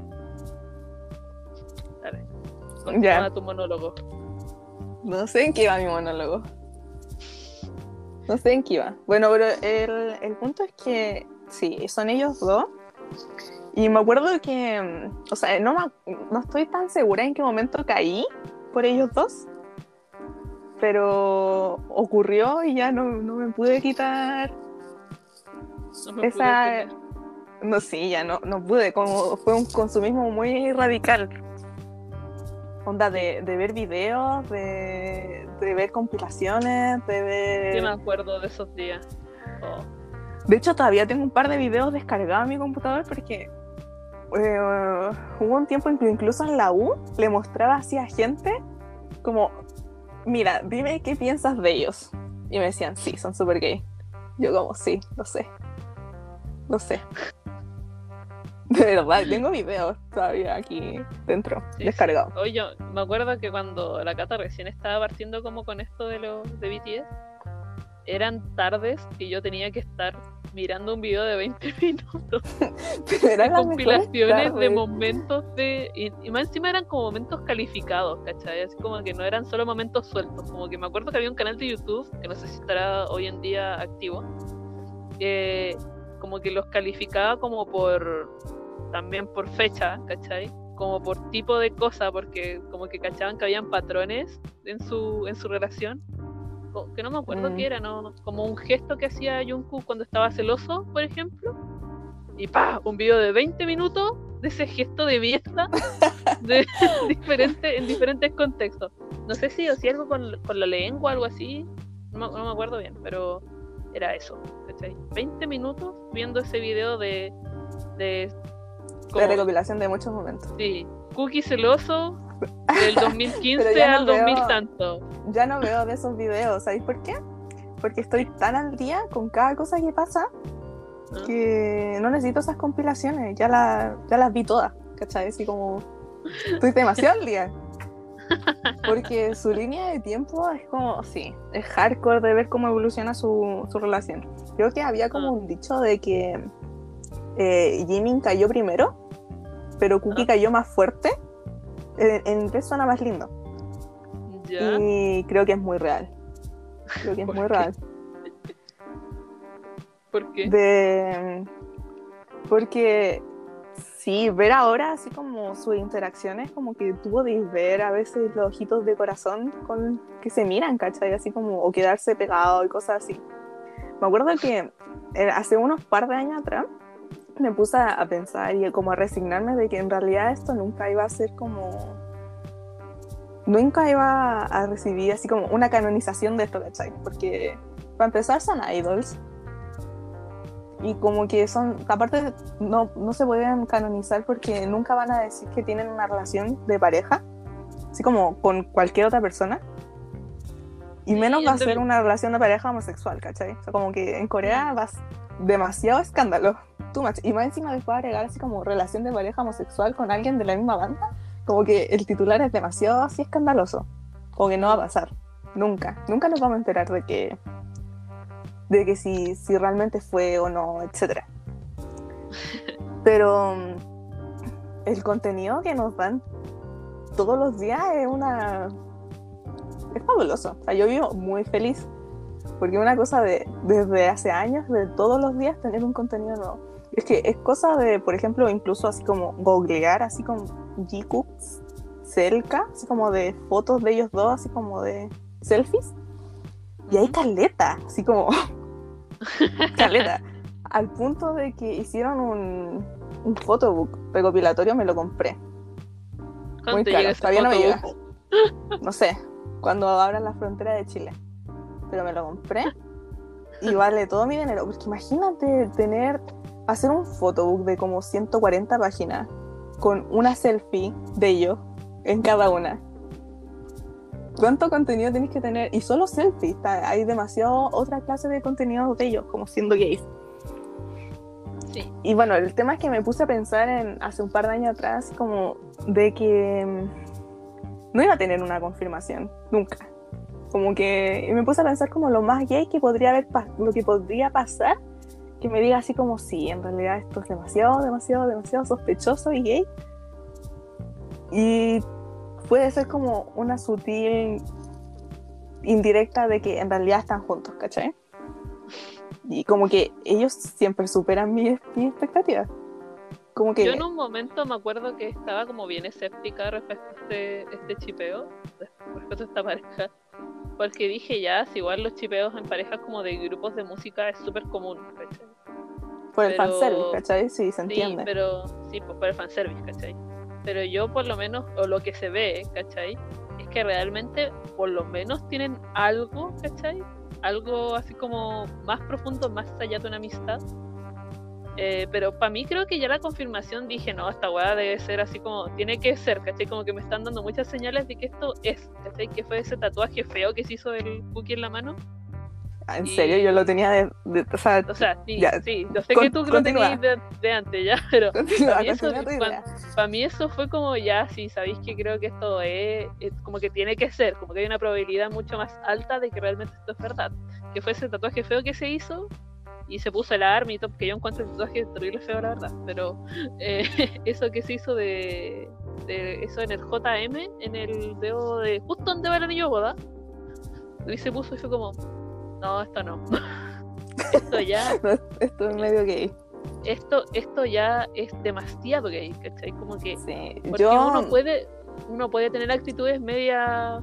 Dale. Continúa tu monólogo.
No sé en qué va mi monólogo. No sé en qué va. Bueno, pero el, el punto es que sí, son ellos dos. Y me acuerdo que, o sea, no, me, no estoy tan segura en qué momento caí por ellos dos. Pero ocurrió y ya no, no me pude quitar
no me
esa...
Pude
no, sí, ya no, no pude, como fue un consumismo muy radical. Onda de, de ver videos, de, de ver compilaciones, de ver...
Sí, me acuerdo de esos días. Oh.
De hecho, todavía tengo un par de videos descargados en mi computador porque eh, hubo un tiempo en que incluso en la U le mostraba así a gente como, mira, dime qué piensas de ellos. Y me decían, sí, son súper gay. Yo como, sí, lo sé. Lo sé. De verdad, tengo videos todavía aquí dentro,
Sí,
descargados.
sí. Oye, yo me acuerdo que cuando la Cata recién estaba partiendo como con esto de los de B T S, eran tardes que yo tenía que estar mirando un video de veinte minutos
Pero eran
de
las mejores
compilaciones de
tardes.
momentos de... Y, y más encima eran como momentos calificados, ¿cachai? Así como que no eran solo momentos sueltos. Como que me acuerdo que había un canal de YouTube, que no sé si estará hoy en día activo, que como que los calificaba como por... también por fecha, ¿cachai? Como por tipo de cosa, porque como que cachaban que habían patrones en su, en su relación. Que no me acuerdo
Mm.
qué era, ¿no? Como un gesto que hacía Jungkook cuando estaba celoso, por ejemplo. Y pa, un video de veinte minutos de ese gesto de mierda de diferente, en diferentes contextos. No sé si hacía algo con, con la lengua o algo así, no me, no me acuerdo bien, pero era eso, ¿cachai? veinte minutos viendo ese video de... de, como,
de recopilación de muchos momentos.
Sí, Cookie celoso del dos mil quince
no
al dos mil
veo,
tanto.
Ya no veo de esos videos, ¿sabéis por qué? Porque estoy tan al día con cada cosa que pasa que no necesito esas compilaciones, ya, la, ya las vi todas, ¿cachai? Así como estoy demasiado al día. Porque su línea de tiempo es como, sí, es hardcore de ver cómo evoluciona su, su relación. Creo que había como un dicho de que eh, Jimin cayó primero, pero Cookie
¿Ah?
cayó más fuerte. En, en inglés suena más lindo.
¿Ya?
Y creo que es muy real. Creo que es muy
qué?
real.
¿Por qué?
De... Porque sí, ver ahora así como sus interacciones, como que tú podéis ver a veces los ojitos de corazón con que se miran, ¿cachai? Así como, o quedarse pegado y cosas así. Me acuerdo que hace unos par de años atrás me puse a pensar y como a resignarme de que en realidad esto nunca iba a ser como... Nunca iba a recibir así como una canonización de esto, ¿cachai? Porque para empezar son idols. Y como que son, aparte no, no se pueden canonizar porque nunca van a decir que tienen una relación de pareja, así como con cualquier otra persona. Y
Sí,
menos va a
entiendo.
ser una relación de pareja homosexual, ¿cachai? O sea, como que en Corea va demasiado escándalo, too much. Y más encima después agregar así como relación de pareja homosexual con alguien de la misma banda, como que el titular es demasiado así escandaloso. Como que no va a pasar, nunca. Nunca nos vamos a enterar de que de que si, si realmente fue o no, etcétera. Pero el contenido que nos dan todos los días es una... es fabuloso. O sea, yo vivo muy feliz porque es una cosa de desde hace años, de todos los días tener un contenido nuevo. Es que es cosa de, por ejemplo, incluso así como googlear, así como Jikook, Selka, así como de fotos de ellos dos, así como de selfies. Y hay caleta, así como caleta, al punto de que hicieron un, un photobook recopilatorio, me lo compré. Muy caro, todavía no me llega. No sé, cuando abran la frontera de Chile. Pero me lo compré y vale todo mi dinero. Porque imagínate tener, hacer un photobook de como ciento cuarenta páginas con una selfie de ellos en cada una. ¿Cuánto contenido tenéis que tener? Y solo selfies. Hay demasiado otra clase de contenido de ellos, como siendo gays.
Sí.
Y bueno, el tema es que me puse a pensar en hace un par de años atrás, como de que no iba a tener una confirmación, nunca. Como que y me puse a pensar como lo más gay que podría haber, lo que podría pasar, que me diga así como, sí, en realidad esto es demasiado, demasiado, demasiado sospechoso y gay. Y puede ser como una sutil indirecta de que en realidad están juntos, ¿cachai? Y como que ellos siempre superan mis mi expectativas. Como que...
Yo en un momento me acuerdo que estaba como bien escéptica respecto a este, este chipeo, respecto a esta pareja, porque dije ya, si igual los chipeos en parejas como de grupos de música es súper común, ¿cachai?
Por el
Pero...
fanservice, ¿cachai? Sí, se entiende.
Sí, pero sí, pues por el fanservice, ¿cachai? Pero yo por lo menos, o lo que se ve, ¿cachai? Es que realmente por lo menos tienen algo, ¿cachai? Algo así como más profundo, más allá de una amistad. Eh, pero para mí creo que ya la confirmación dije, no, esta weá debe ser así como, tiene que ser, ¿cachai? Como que me están dando muchas señales de que esto es, ¿cachai? Que fue ese tatuaje feo que se hizo el Cookie en la mano.
En
Y-
serio, yo lo tenía de... de- o sea,
O sea, sí,
ya,
sí, yo sé
con-
que tú lo
continúa.
tenías de, de antes ya, pero
continúa,
para mí, eso,
continúa tu idea.
para mí eso fue como ya, sí, sabéis que creo que esto es, es como que tiene que ser, como que hay una probabilidad mucho más alta de que realmente esto es verdad. Que fue ese tatuaje feo que se hizo y se puso el arma y todo, que yo encuentro el tatuaje terrible feo, la verdad, pero eh, eso que se hizo de, de eso en el J M, en el dedo de justo donde va el anillo de boda, y se puso y fue como, no, esto no. Esto ya,
No, esto es medio gay.
esto, esto ya es demasiado gay, ¿cachai? Como que,
Sí,
porque
yo...
uno puede, uno puede tener actitudes media,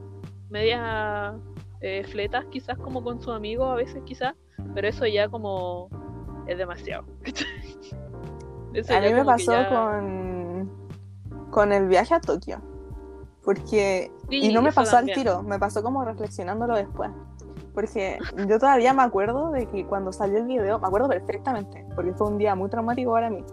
media eh, fletas, quizás como con sus amigos a veces, quizás, pero eso ya como es demasiado. ¿cachai? Eso
A
ya
mí me
como que
pasó
ya-
con, con el viaje a Tokio. Porque...
Sí,
y no me
eso
pasó
también.
al tiro, me pasó como reflexionándolo después. Porque yo todavía me acuerdo de que cuando salió el video, me acuerdo perfectamente, porque fue un día muy traumático para mí.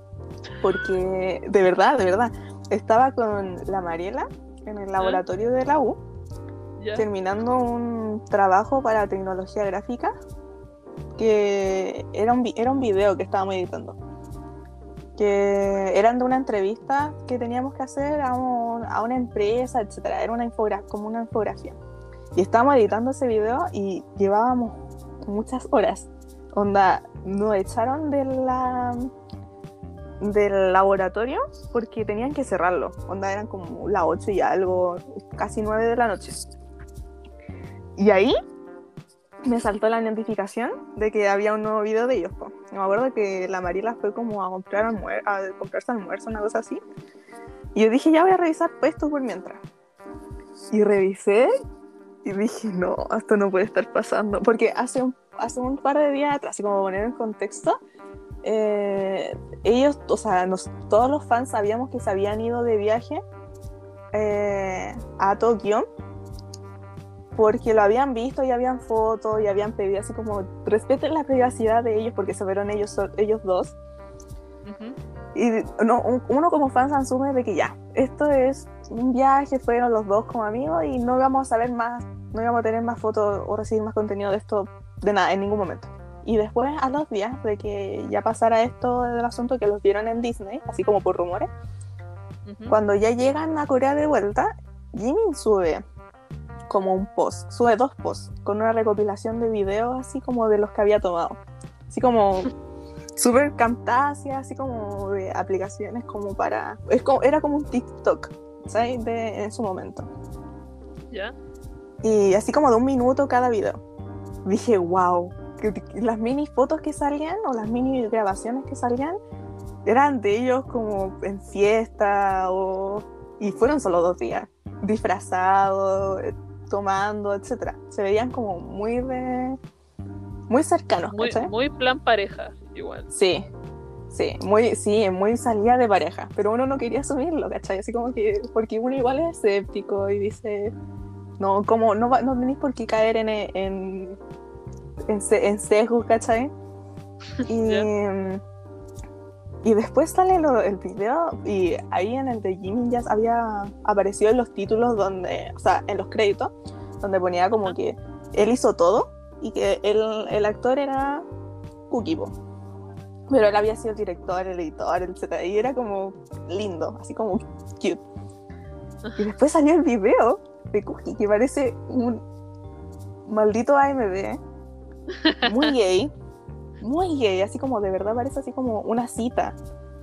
Porque, de verdad, de verdad, estaba con la Mariela en el laboratorio de la U,
Ya.
terminando un trabajo para tecnología gráfica, que era un, vi- era un video que estábamos editando. Que eran de una entrevista que teníamos que hacer a, un- a una empresa, etcétera. Era una infogra- como una infografía. Y estábamos editando ese video y llevábamos muchas horas. Onda, nos echaron de la, del laboratorio porque tenían que cerrarlo. Onda, eran como las ocho y algo, casi nueve de la noche. Y ahí me saltó la notificación de que había un nuevo video de ellos. Po. Me acuerdo que la Mariela fue como a comprar almuer- a comprarse almuerzo, una cosa así. Y yo dije, ya voy a revisar pues, esto por mientras. Y revisé y dije, no, esto no puede estar pasando. Porque hace un, hace un par de días atrás, así como poner en contexto, eh, ellos, o sea, nos, todos los fans sabíamos que se habían ido de viaje eh, a Tokio porque lo habían visto y habían fotos y habían pedido así como respeten la privacidad de ellos porque se fueron ellos, ellos dos.
Ujú.
Y no, un, uno como fan asume de que ya, esto es un viaje, fueron los dos como amigos y no íbamos a saber más, no íbamos a tener más fotos o recibir más contenido de esto, de nada, en ningún momento. Y después, a los días de que ya pasara esto del asunto, que los vieron en Disney, así como por rumores,
Ujú.
cuando ya llegan a Corea de vuelta, Jimin sube como un post, sube dos posts con una recopilación de videos así como de los que había tomado, así como súper Camtasia, así como de aplicaciones como para, es como, era como un TikTok, ¿sabes? De, en su momento,
Ya.
y así como de un minuto cada video. Dije, wow, que, que las mini fotos que salían o las mini grabaciones que salían eran de ellos como en fiesta o... y fueron solo dos días, disfrazados, tomando, etcétera. Se veían como muy de... muy cercanos,
Muy,
¿cachai?
muy plan pareja, igual.
Sí, sí, muy, sí, muy salida de pareja, pero uno no quería asumirlo, ¿cachai? Así como que, porque uno igual es escéptico y dice, no, como, no, va- no tenéis por qué caer en, en, en, se- en sesgos, ¿cachai? Y,
Ya.
y después sale lo- el video y ahí en el de Jimin ya había aparecido en los títulos donde, o sea, en los créditos, donde ponía como
Ah.
que él hizo todo y que el, el actor era Cookie, po. Pero él había sido el director, el editor, etcétera. Y era como lindo, así como cute. Y después salió el video de Cookie, que parece un maldito A M D, muy gay, muy gay, así como de verdad parece así como una cita.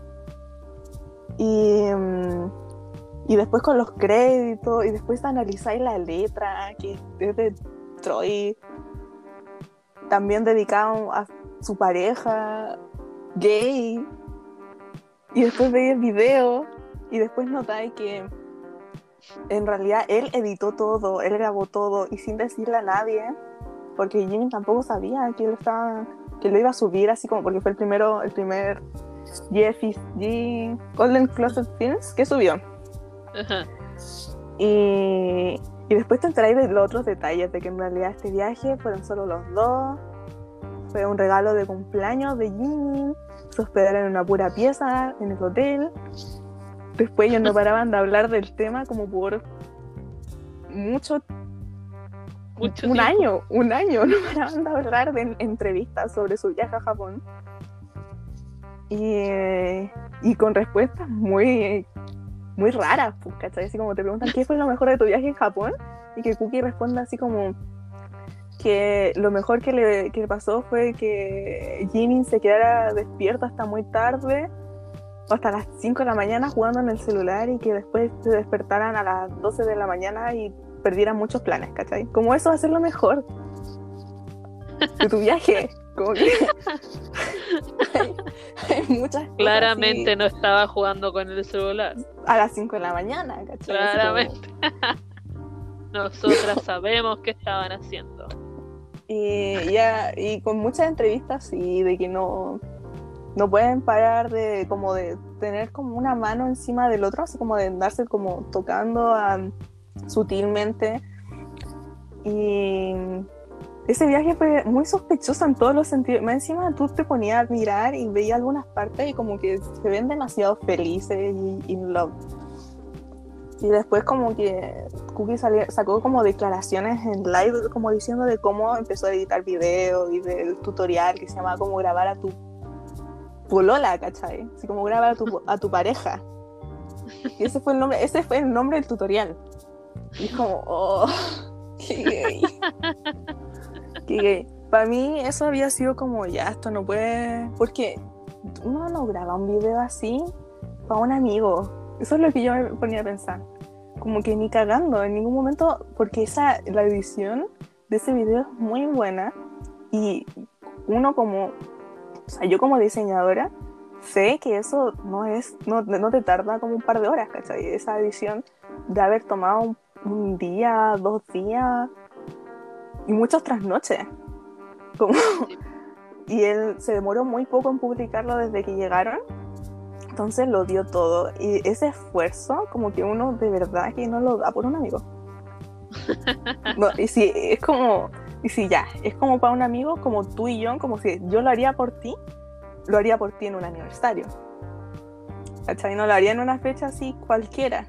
Y, mm, y después con los créditos, y después analizáis la letra, que es de Troy, también dedicado a su pareja gay, y después veis el video y después notáis que en realidad él editó todo, él grabó todo y sin decirle a nadie, porque Jimmy tampoco sabía que él estaba, que lo iba a subir así como porque fue el primero, el primer G F G Golden Closet Films que subió.
Ajá.
Y, y después te enteráis de los otros detalles, de que en realidad este viaje fueron solo los dos, fue un regalo de cumpleaños de Jimmy, se hospedaron en una pura pieza en el hotel. Después ellos no paraban de hablar del tema como por mucho
Mucho
un
tiempo.
año, un año, no paraban de hablar de en- entrevistas sobre su viaje a Japón. Y, eh, y con respuestas muy, muy raras, pues, ¿cachai? Así como te preguntan, ¿qué fue lo mejor de tu viaje en Japón? Y que Cookie responde así como que lo mejor que le, que le pasó fue que Jimin se quedara despierto hasta muy tarde, o hasta las cinco de la mañana jugando en el celular, y que después se despertaran a las doce de la mañana y perdieran muchos planes, ¿cachai? Como eso va a ser lo mejor de tu viaje. Como que hay, hay muchas cosas
Claramente
así
no estaba jugando con el celular.
a las cinco de la mañana, ¿cachai? Así
Claramente.
como-
Nosotras sabemos qué estaban haciendo.
Y, ya, y con muchas entrevistas y de que no, no pueden parar de como de tener como una mano encima del otro, así como de andarse como tocando um, sutilmente. Y ese viaje fue muy sospechoso en todos los sentidos. Más encima tú te ponías a mirar y veías algunas partes y como que se ven demasiado felices y in love. Y después como que Cookie salió, sacó como declaraciones en live como diciendo de cómo empezó a editar videos y del tutorial que se llamaba cómo grabar a tu polola, ¿cachai? Así como grabar a tu, a tu pareja. Y ese fue el nombre, ese fue el nombre del tutorial. Y es como, oh, qué gay. Qué gay. Para mí eso había sido como, ya, esto no puede... Porque uno no graba un video así para un amigo. Eso es lo que yo me ponía a pensar. Como que ni cagando, en ningún momento, porque esa, la edición de ese video es muy buena y uno como, o sea, yo como diseñadora sé que eso no es, no, no te tarda como un par de horas, ¿cachai? Esa edición de haber tomado un, un día, dos días y muchas trasnoches. Como... Y él se demoró muy poco en publicarlo desde que llegaron. Entonces lo dio todo. Y ese esfuerzo, como que uno de verdad que no lo da por un amigo. No, y si es como, y si ya, es como para un amigo, como tú y yo, como si yo lo haría por ti, lo haría por ti en un aniversario. ¿Cachai? No lo haría en una fecha así cualquiera.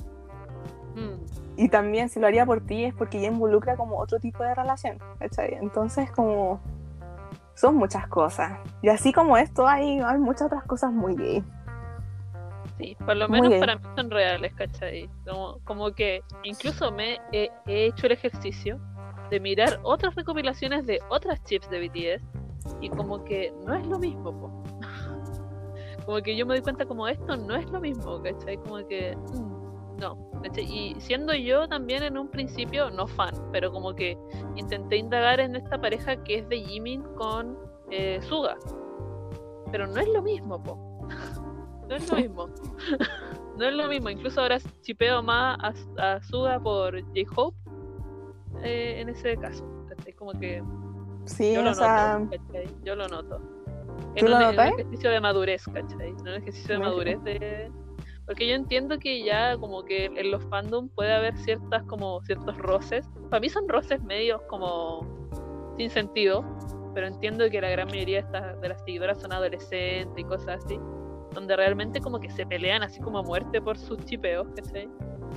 Mm.
Y también si lo haría por ti es porque ya involucra como otro tipo de relación. ¿Cachai? Entonces como son muchas cosas. Y así como esto hay, hay muchas otras cosas muy gay.
Sí, por lo
Muy
menos
gay.
para mí son reales, ¿cachai? Como, como que incluso me he, he hecho el ejercicio de mirar otras recopilaciones de otras chips de B T S y como que no es lo mismo, po. Como que yo me doy cuenta como esto no es lo mismo, ¿cachai? Como que mm, no, ¿cachai? Y siendo yo también en un principio no fan, pero como que intenté indagar en esta pareja que es de Jimin con eh, Suga, pero no es lo mismo, po. No es lo mismo. No es lo mismo. Incluso ahora chipeo más a, a Suga por J-Hope eh, en ese caso. ¿Cachai? Como que
Sí,
yo lo
o sea,
noto, ¿cachai? Yo lo noto.
¿tú
En
lo
un, en un
notas?
ejercicio de madurez, ¿cachai? En un ejercicio de
Me-
madurez de... Porque yo entiendo que ya como que en los fandom puede haber ciertas como ciertos roces. Para mí son roces medios como sin sentido, pero entiendo que la gran mayoría de, estas, de las seguidoras son adolescentes y cosas así, donde realmente como que se pelean así como a muerte por sus chipeos, ¿cachai?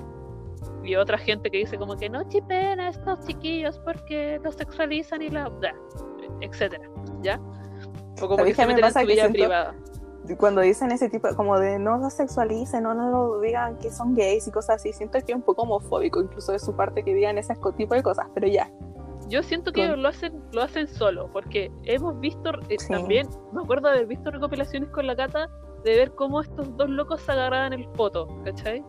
Y otra gente que dice como que no chipeen a estos chiquillos porque los sexualizan y la... bla, etcétera, ¿ya? O como que
¿Sabéis qué
se
me
meten en
pasa?
su
Que
vida
siento,
privada.
cuando dicen ese tipo, como de no lo sexualicen, no, no lo digan que son gays y cosas así, siento que es un poco homofóbico, incluso de su parte que digan ese tipo de cosas, pero ya.
Yo siento que
Con-
ellos lo hacen, lo hacen solo, porque hemos visto eh,
Sí.
también, me acuerdo de haber visto recopilaciones con la Cata, de ver cómo estos dos locos se agarraban el poto, ¿cachai?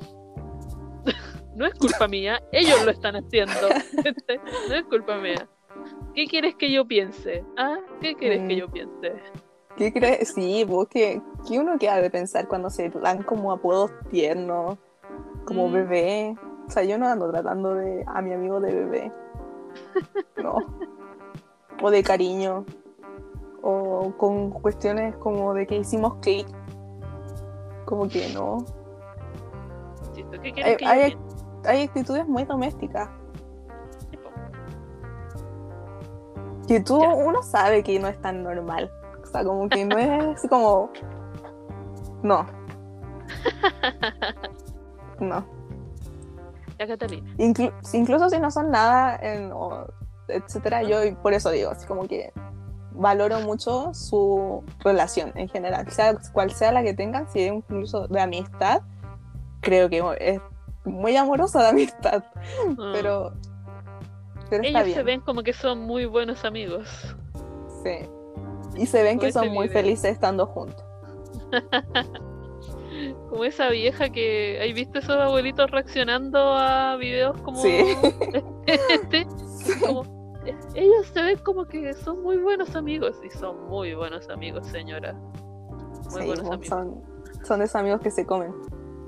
No es culpa mía, ellos lo están haciendo, ¿cachai? No es culpa mía. ¿Qué quieres que yo piense? ¿Ah? ¿Qué quieres
Mm.
que yo piense?
¿Qué crees? Sí, vos, ¿qué, qué uno queda de pensar cuando se dan como apodos tiernos, como
Mm,
bebé? O sea, yo no ando tratando de a mi amigo de bebé, no. O de cariño, o con cuestiones como de que hicimos clic, como que no.
insisto, ¿qué
Hay,
quieres que yo
hay,
piense?
hay actitudes muy domésticas,
Tipo,
que tú,
Ya.
uno sabe que no es tan normal. O sea, como que no es así como... No. No.
Ya, Catalina.
Inclu- incluso si no son nada, en, o, etcétera, yo por eso digo, así como que valoro mucho su relación en general, sea cual sea la que tengan, si es incluso de amistad, creo que es muy amorosa de amistad,
Mm.
pero, pero está
Ellos se
bien,
ven como que son muy buenos amigos.
sí. Y se ven
Como
que
ese
son muy
video.
felices estando juntos.
Como esa vieja que... ¿Has visto esos abuelitos reaccionando a videos como
Sí.
este?
Sí.
Como, eh, ellos se ven como que son muy buenos amigos. Y son muy buenos amigos, señora. Muy
Sí,
buenos
pues,
amigos.
son, son de esos amigos que se comen.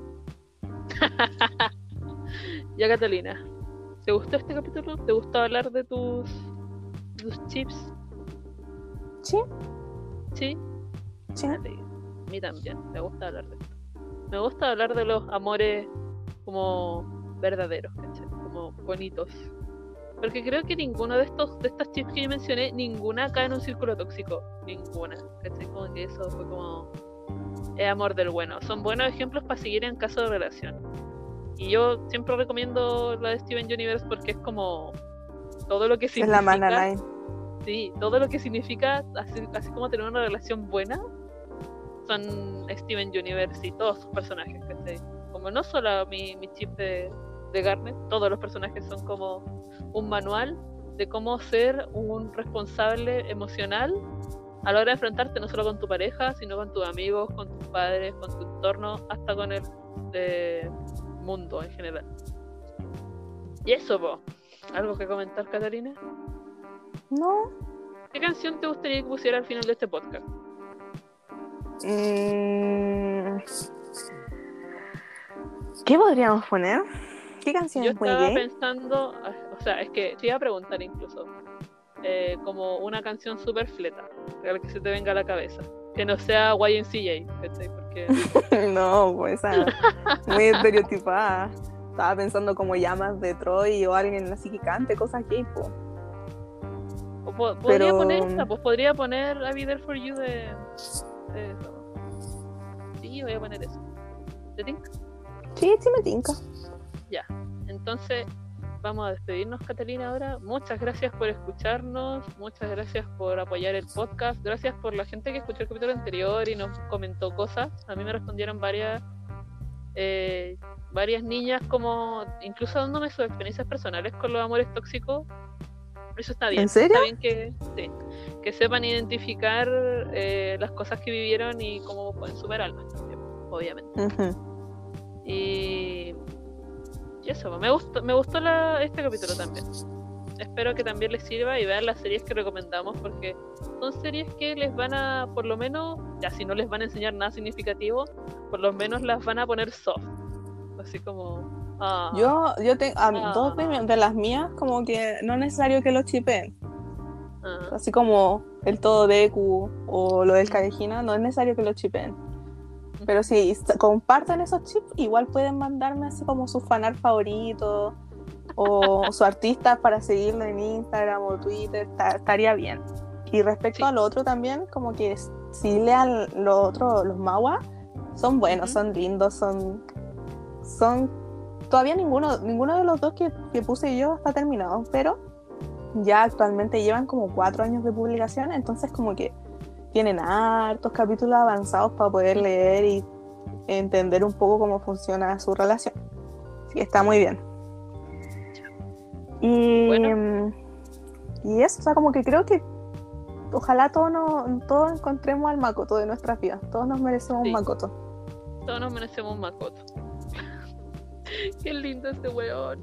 Ya, Catalina, ¿te gustó este capítulo? ¿Te gustó hablar de tus, tus chips?
Sí,
¿Sí?
sí.
Ah, sí. A mí también, me gusta hablar de esto. Me gusta hablar de los amores como verdaderos, ¿cachai? Como bonitos. Porque creo que ninguno de estos de estas chips que yo mencioné, ninguna cae en un círculo tóxico. Ninguna. ¿Cachai? Como que eso fue como... Es amor del bueno. Son buenos ejemplos para seguir en caso de relación. Y yo siempre recomiendo la de Steven Universe porque es como... Todo lo que
Es
significa...
la Mananay.
Sí, todo lo que significa, así, así como tener una relación buena, son Steven Universe y todos sus personajes, ¿cachai? Como no solo mi, mi chip de, de Garnet, todos los personajes son como un manual de cómo ser un responsable emocional a la hora de enfrentarte no solo con tu pareja, sino con tus amigos, con tus padres, con tu entorno, hasta con el eh, mundo en general. Y eso, po. ¿Algo que comentar, Catalina?
No.
¿Qué canción te gustaría que pusiera al final de este podcast?
Mm, ¿Qué podríamos poner? ¿Qué canción
Yo
es muy
estaba
gay?
pensando, o sea, es que te iba a preguntar incluso, eh, como una canción súper fleta, real que se te venga a la cabeza, que no sea Y M C A, ¿cachai? Porque
No, pues esa muy estereotipada. Estaba pensando como Llamas de Troy o alguien así que cante cosas gay, po.
o po- podría
Pero
poner esta, pues podría poner I'll Be There For You de, de eso. Sí, voy a poner eso. ¿Te tinca?
sí, sí me tinca.
Ya, entonces vamos a despedirnos, Catalina, ahora. Muchas gracias por escucharnos, muchas gracias por apoyar el podcast, gracias por la gente que escuchó el capítulo anterior y nos comentó cosas. A mí me respondieron varias eh, varias niñas, como incluso dándome sus experiencias personales con los amores tóxicos. Eso está bien.
¿En serio?
Está bien que, sí, que sepan identificar eh, las cosas que vivieron y cómo pueden superarlas también, obviamente.
Uh-huh.
Y, y eso, me gustó, me gustó la, este capítulo también. Espero que también les sirva y vean las series que recomendamos, porque son series que les van a, por lo menos, ya si no les van a enseñar nada significativo, por lo menos las van a poner soft. Así como... Ah,
Yo, yo tengo
ah,
dos de, mi- de las mías, como que no es necesario que lo chipeen.
ah,
Así como el todo Deku o lo del Cadejina, no es necesario que lo chipeen. Pero si s- comparten esos chips, igual pueden mandarme así como su fanart favorito o su artista para seguirlo en Instagram o Twitter, ta- estaría bien. Y respecto
Sí.
a lo otro también, como que s- si lean lo otro, los Mawa, son buenos,
Ujú.
son lindos, son... son todavía ninguno, ninguno de los dos que, que puse yo está terminado, pero ya actualmente llevan como cuatro años de publicación, entonces como que tienen hartos capítulos avanzados para poder leer y entender un poco cómo funciona su relación. Así que está muy bien. Y,
Bueno.
y eso, o sea, como que creo que ojalá todos, no, todos encontremos al Makoto de nuestras vidas. Todos nos merecemos
Sí.
un Makoto.
Todos nos merecemos un Makoto. Qué lindo este weón.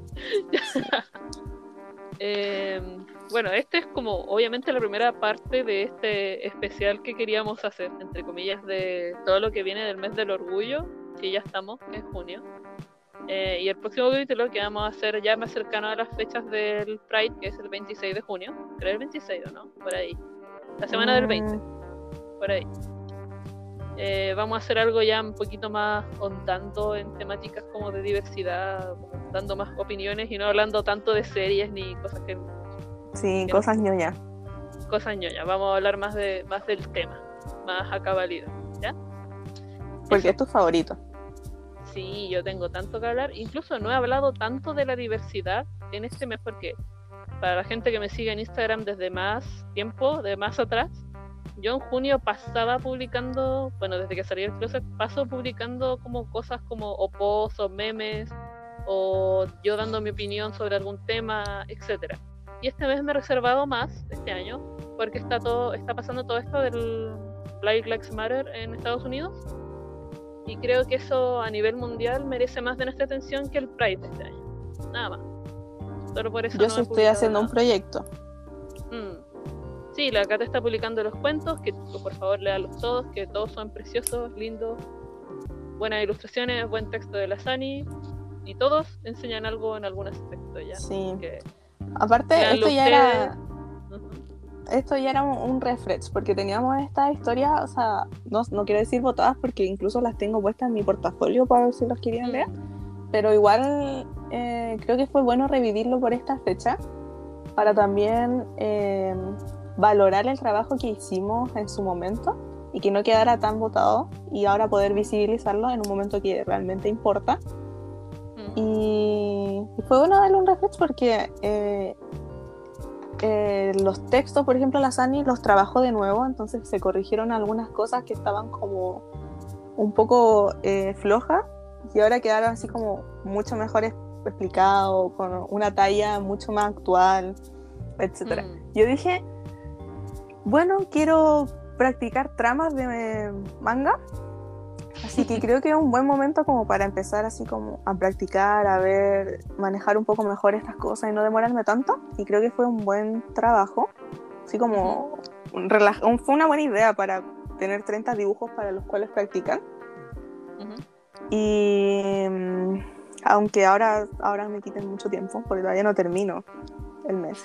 eh, bueno, este es como obviamente la primera parte de este especial que queríamos hacer, entre comillas, de todo lo que viene del mes del orgullo, que ya estamos en junio. Eh, y el próximo capítulo que vamos a hacer ya más cercano a las fechas del Pride, que es el veintiséis de junio. Creo el veintiséis, ¿o no? Por ahí. La semana del veinte. Por ahí. Eh, vamos a hacer algo ya un poquito más ondando en temáticas como de diversidad, como dando más opiniones y no hablando tanto de series ni cosas que
Sí,
que
cosas
no-
ñoñas.
cosas ñoñas. Vamos a hablar más de más del tema, más a cabalidad, ¿ya?
Porque
Eso.
es tu favorito.
Sí, yo tengo tanto que hablar. Incluso no he hablado tanto de la diversidad en este mes porque para la gente que me sigue en Instagram desde más tiempo, de más atrás, yo en junio pasaba publicando, bueno, desde que salí del closet, paso publicando como cosas como o posts o memes o yo dando mi opinión sobre algún tema, etcétera. Y este mes me he reservado más, este año, porque está todo, está pasando todo esto del Black Lives Matter en Estados Unidos. Y creo que eso a nivel mundial merece más de nuestra atención que el Pride de este año. Nada más. Solo por eso
Yo
no
sí
he
estoy
publicado
haciendo
nada.
un proyecto.
Mm. Sí, la Cata está publicando los cuentos, que por favor léalos todos, que todos son preciosos, lindos, buenas ilustraciones, buen texto de la Sani, y todos enseñan algo en algún aspecto ya.
Sí.
Que
Aparte,
léanlo
esto ya
ustedes.
era... Esto ya era un, un refresh, porque teníamos estas historias, o sea, no, no quiero decir votadas porque incluso las tengo puestas en mi portafolio para ver si los querían
Mm.
leer, pero igual eh, creo que fue bueno revivirlo por esta fecha, para también eh, valorar el trabajo que hicimos en su momento y que no quedara tan votado y ahora poder visibilizarlo en un momento que realmente importa.
Mm.
Y, y fue bueno darle un refresh porque... Eh, Eh, los textos, por ejemplo, la Sani los trabajó de nuevo, entonces se corrigieron algunas cosas que estaban como un poco eh, flojas y ahora quedaron así como mucho mejor explicados, con una talla mucho más actual, etcétera.
Mm.
Yo dije, bueno, quiero practicar tramas de manga, así que creo que es un buen momento como para empezar así como a practicar, a ver, manejar un poco mejor estas cosas y no demorarme tanto. Y creo que fue un buen trabajo, así como un relaja- un- fue una buena idea para tener treinta dibujos para los cuales practican.
Uh-huh.
Y mm, aunque ahora, ahora me quiten mucho tiempo, porque todavía no termino el mes.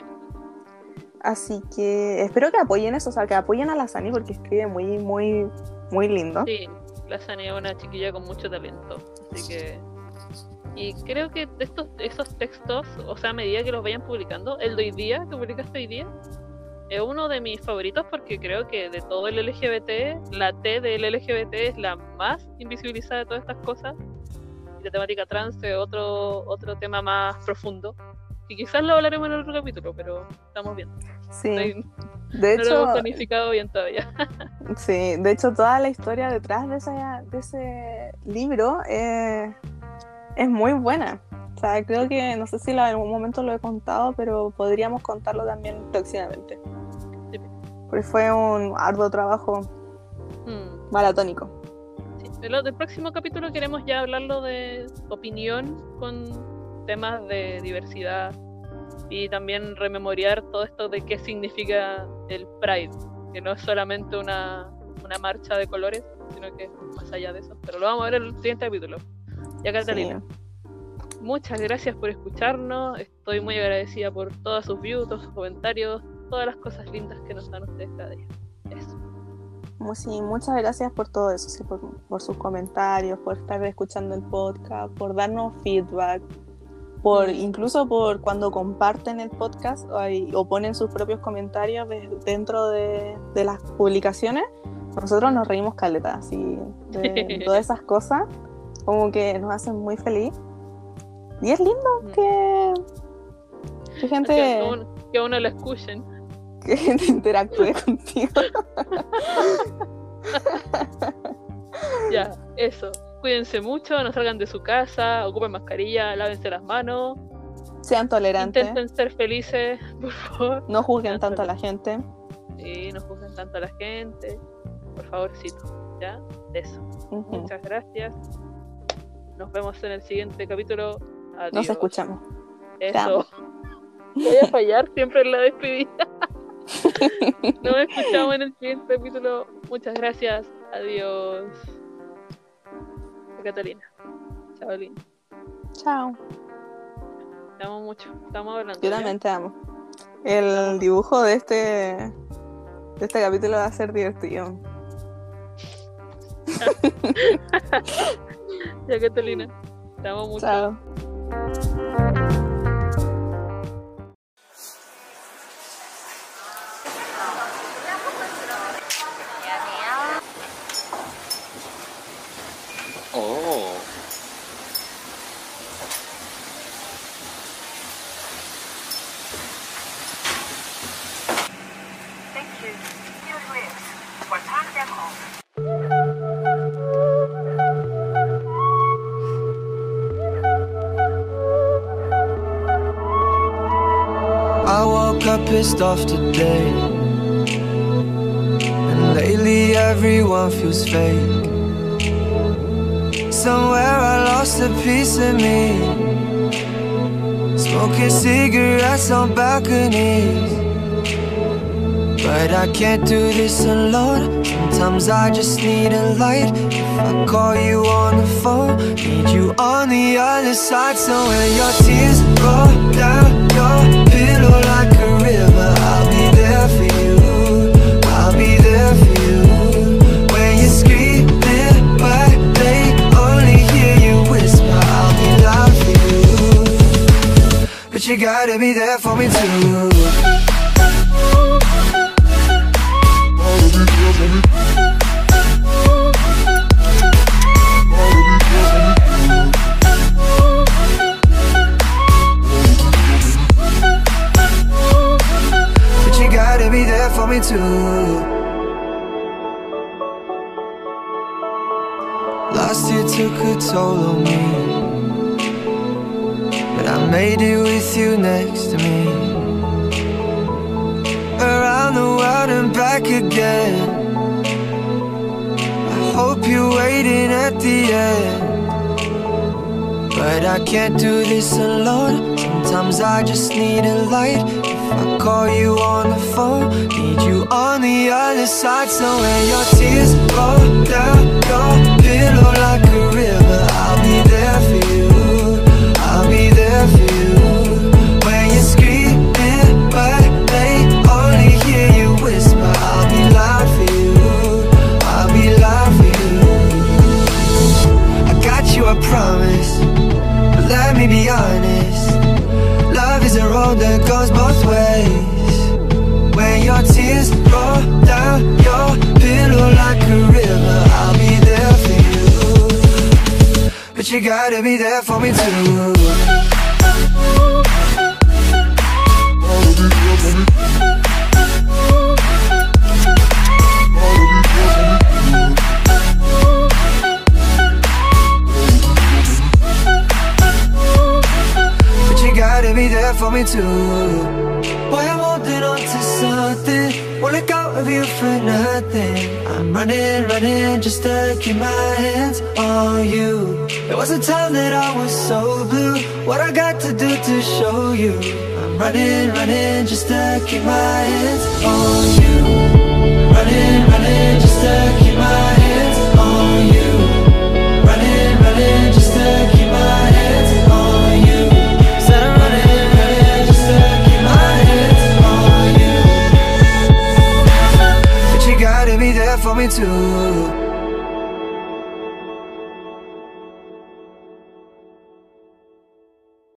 Así que espero que apoyen eso, o sea, que apoyen a la Sani porque escribe muy, muy, muy lindo.
Sí, la Sani es una chiquilla con mucho talento, así que... Y creo que de estos, esos textos, o sea, a medida que los vayan publicando, el de hoy día, que publicaste hoy día, es uno de mis favoritos porque creo que de todo el L G B T, la T del L G B T es la más invisibilizada de todas estas cosas. Y la temática trans es otro, otro tema más profundo, que quizás lo hablaremos en otro capítulo, pero estamos bien.
Sí,
Estoy,
de
no
hecho...
lo hemos planificado bien todavía.
Sí, de hecho toda la historia detrás de, esa, de ese libro eh, es muy buena. O sea, creo que, no sé si en algún momento lo he contado, pero podríamos contarlo también próximamente.
Sí.
Porque fue un arduo trabajo
Hmm.
maratónico.
Sí. El, el próximo capítulo queremos ya hablarlo de opinión con temas de diversidad y también rememorar todo esto de qué significa el Pride, que no es solamente una, una marcha de colores, sino que es más allá de eso. Pero lo vamos a ver en el siguiente capítulo. Ya, Catalina,
Sí.
muchas gracias por escucharnos. Estoy muy agradecida por todos sus views, todos sus comentarios, todas las cosas lindas que nos dan ustedes cada día. Eso.
Sí, muchas gracias por todo eso, sí, por, por sus comentarios, por estar escuchando el podcast, por darnos feedback, por
Mm.
incluso por cuando comparten el podcast o, o ponen sus propios comentarios de, dentro de, de las publicaciones. Nosotros nos reímos caleta, así, de todas esas cosas, como que nos hacen muy feliz. Y es lindo
Mm.
que, que gente
Que uno, que uno lo escuchen.
que gente interactúe contigo.
Ya, eso. Cuídense mucho, no salgan de su casa, ocupen mascarilla, lávense las manos,
Sean tolerantes,
intenten ser felices, por favor.
no juzguen
Sean
tanto a la gente.
Sí, no juzguen tanto a la gente, por favorcito. ¿Ya? Eso.
Ujú.
Muchas gracias. Nos vemos en el siguiente capítulo. Adiós.
Nos escuchamos.
Eso. Voy a fallar siempre en la despedida. Nos escuchamos en el siguiente capítulo. Muchas gracias. Adiós. Catalina. Chao, Lina.
Chao.
Te amo mucho. Estamos hablando.
Yo
¿ya?
también te amo. El dibujo de este de este capítulo va a ser divertido.
Ya, Catalina. Te amo mucho.
Chao.
오. I woke up pissed off today, and lately everyone feels fake. Somewhere I lost a piece of me, smoking cigarettes on balconies. But I can't do this alone. Sometimes I just need a light. If I call you on the phone, need you on the other side. So when your tears roll down your pillow like a river, I'll be there for you, I'll be there for you. When you're screaming but they only hear you whisper, I'll be loud for you. But you gotta be there for me too. But you gotta be there for me too. Last year took a toll on me, but I made it with you next to me. Around the world and back again. I hope you're waiting at the end. But I can't do this alone. Sometimes I just need a light. If I call you on the phone, need you on the other side. So when your tears roll down your pillow like a river, I'll be there for you, I'll be there for you. When you're screaming but they only hear you whisper, I'll be loud for you, I'll be loud for you. I got you, I promise, but let me be honest. Love is a road that goes both ways. When your tears roll down your pillow like a river, I'll be there for you. But you gotta be there for me too. Be there for me too. Boy, I'm holding on to something, won't let go of you for nothing. I'm running, running just to keep my hands on you. There was a time that I was so blue. What I got to do to show you? I'm running, running just to keep my hands on you. Running, running just to keep my hands on you. Running, running just to keep my hands on you. For me too.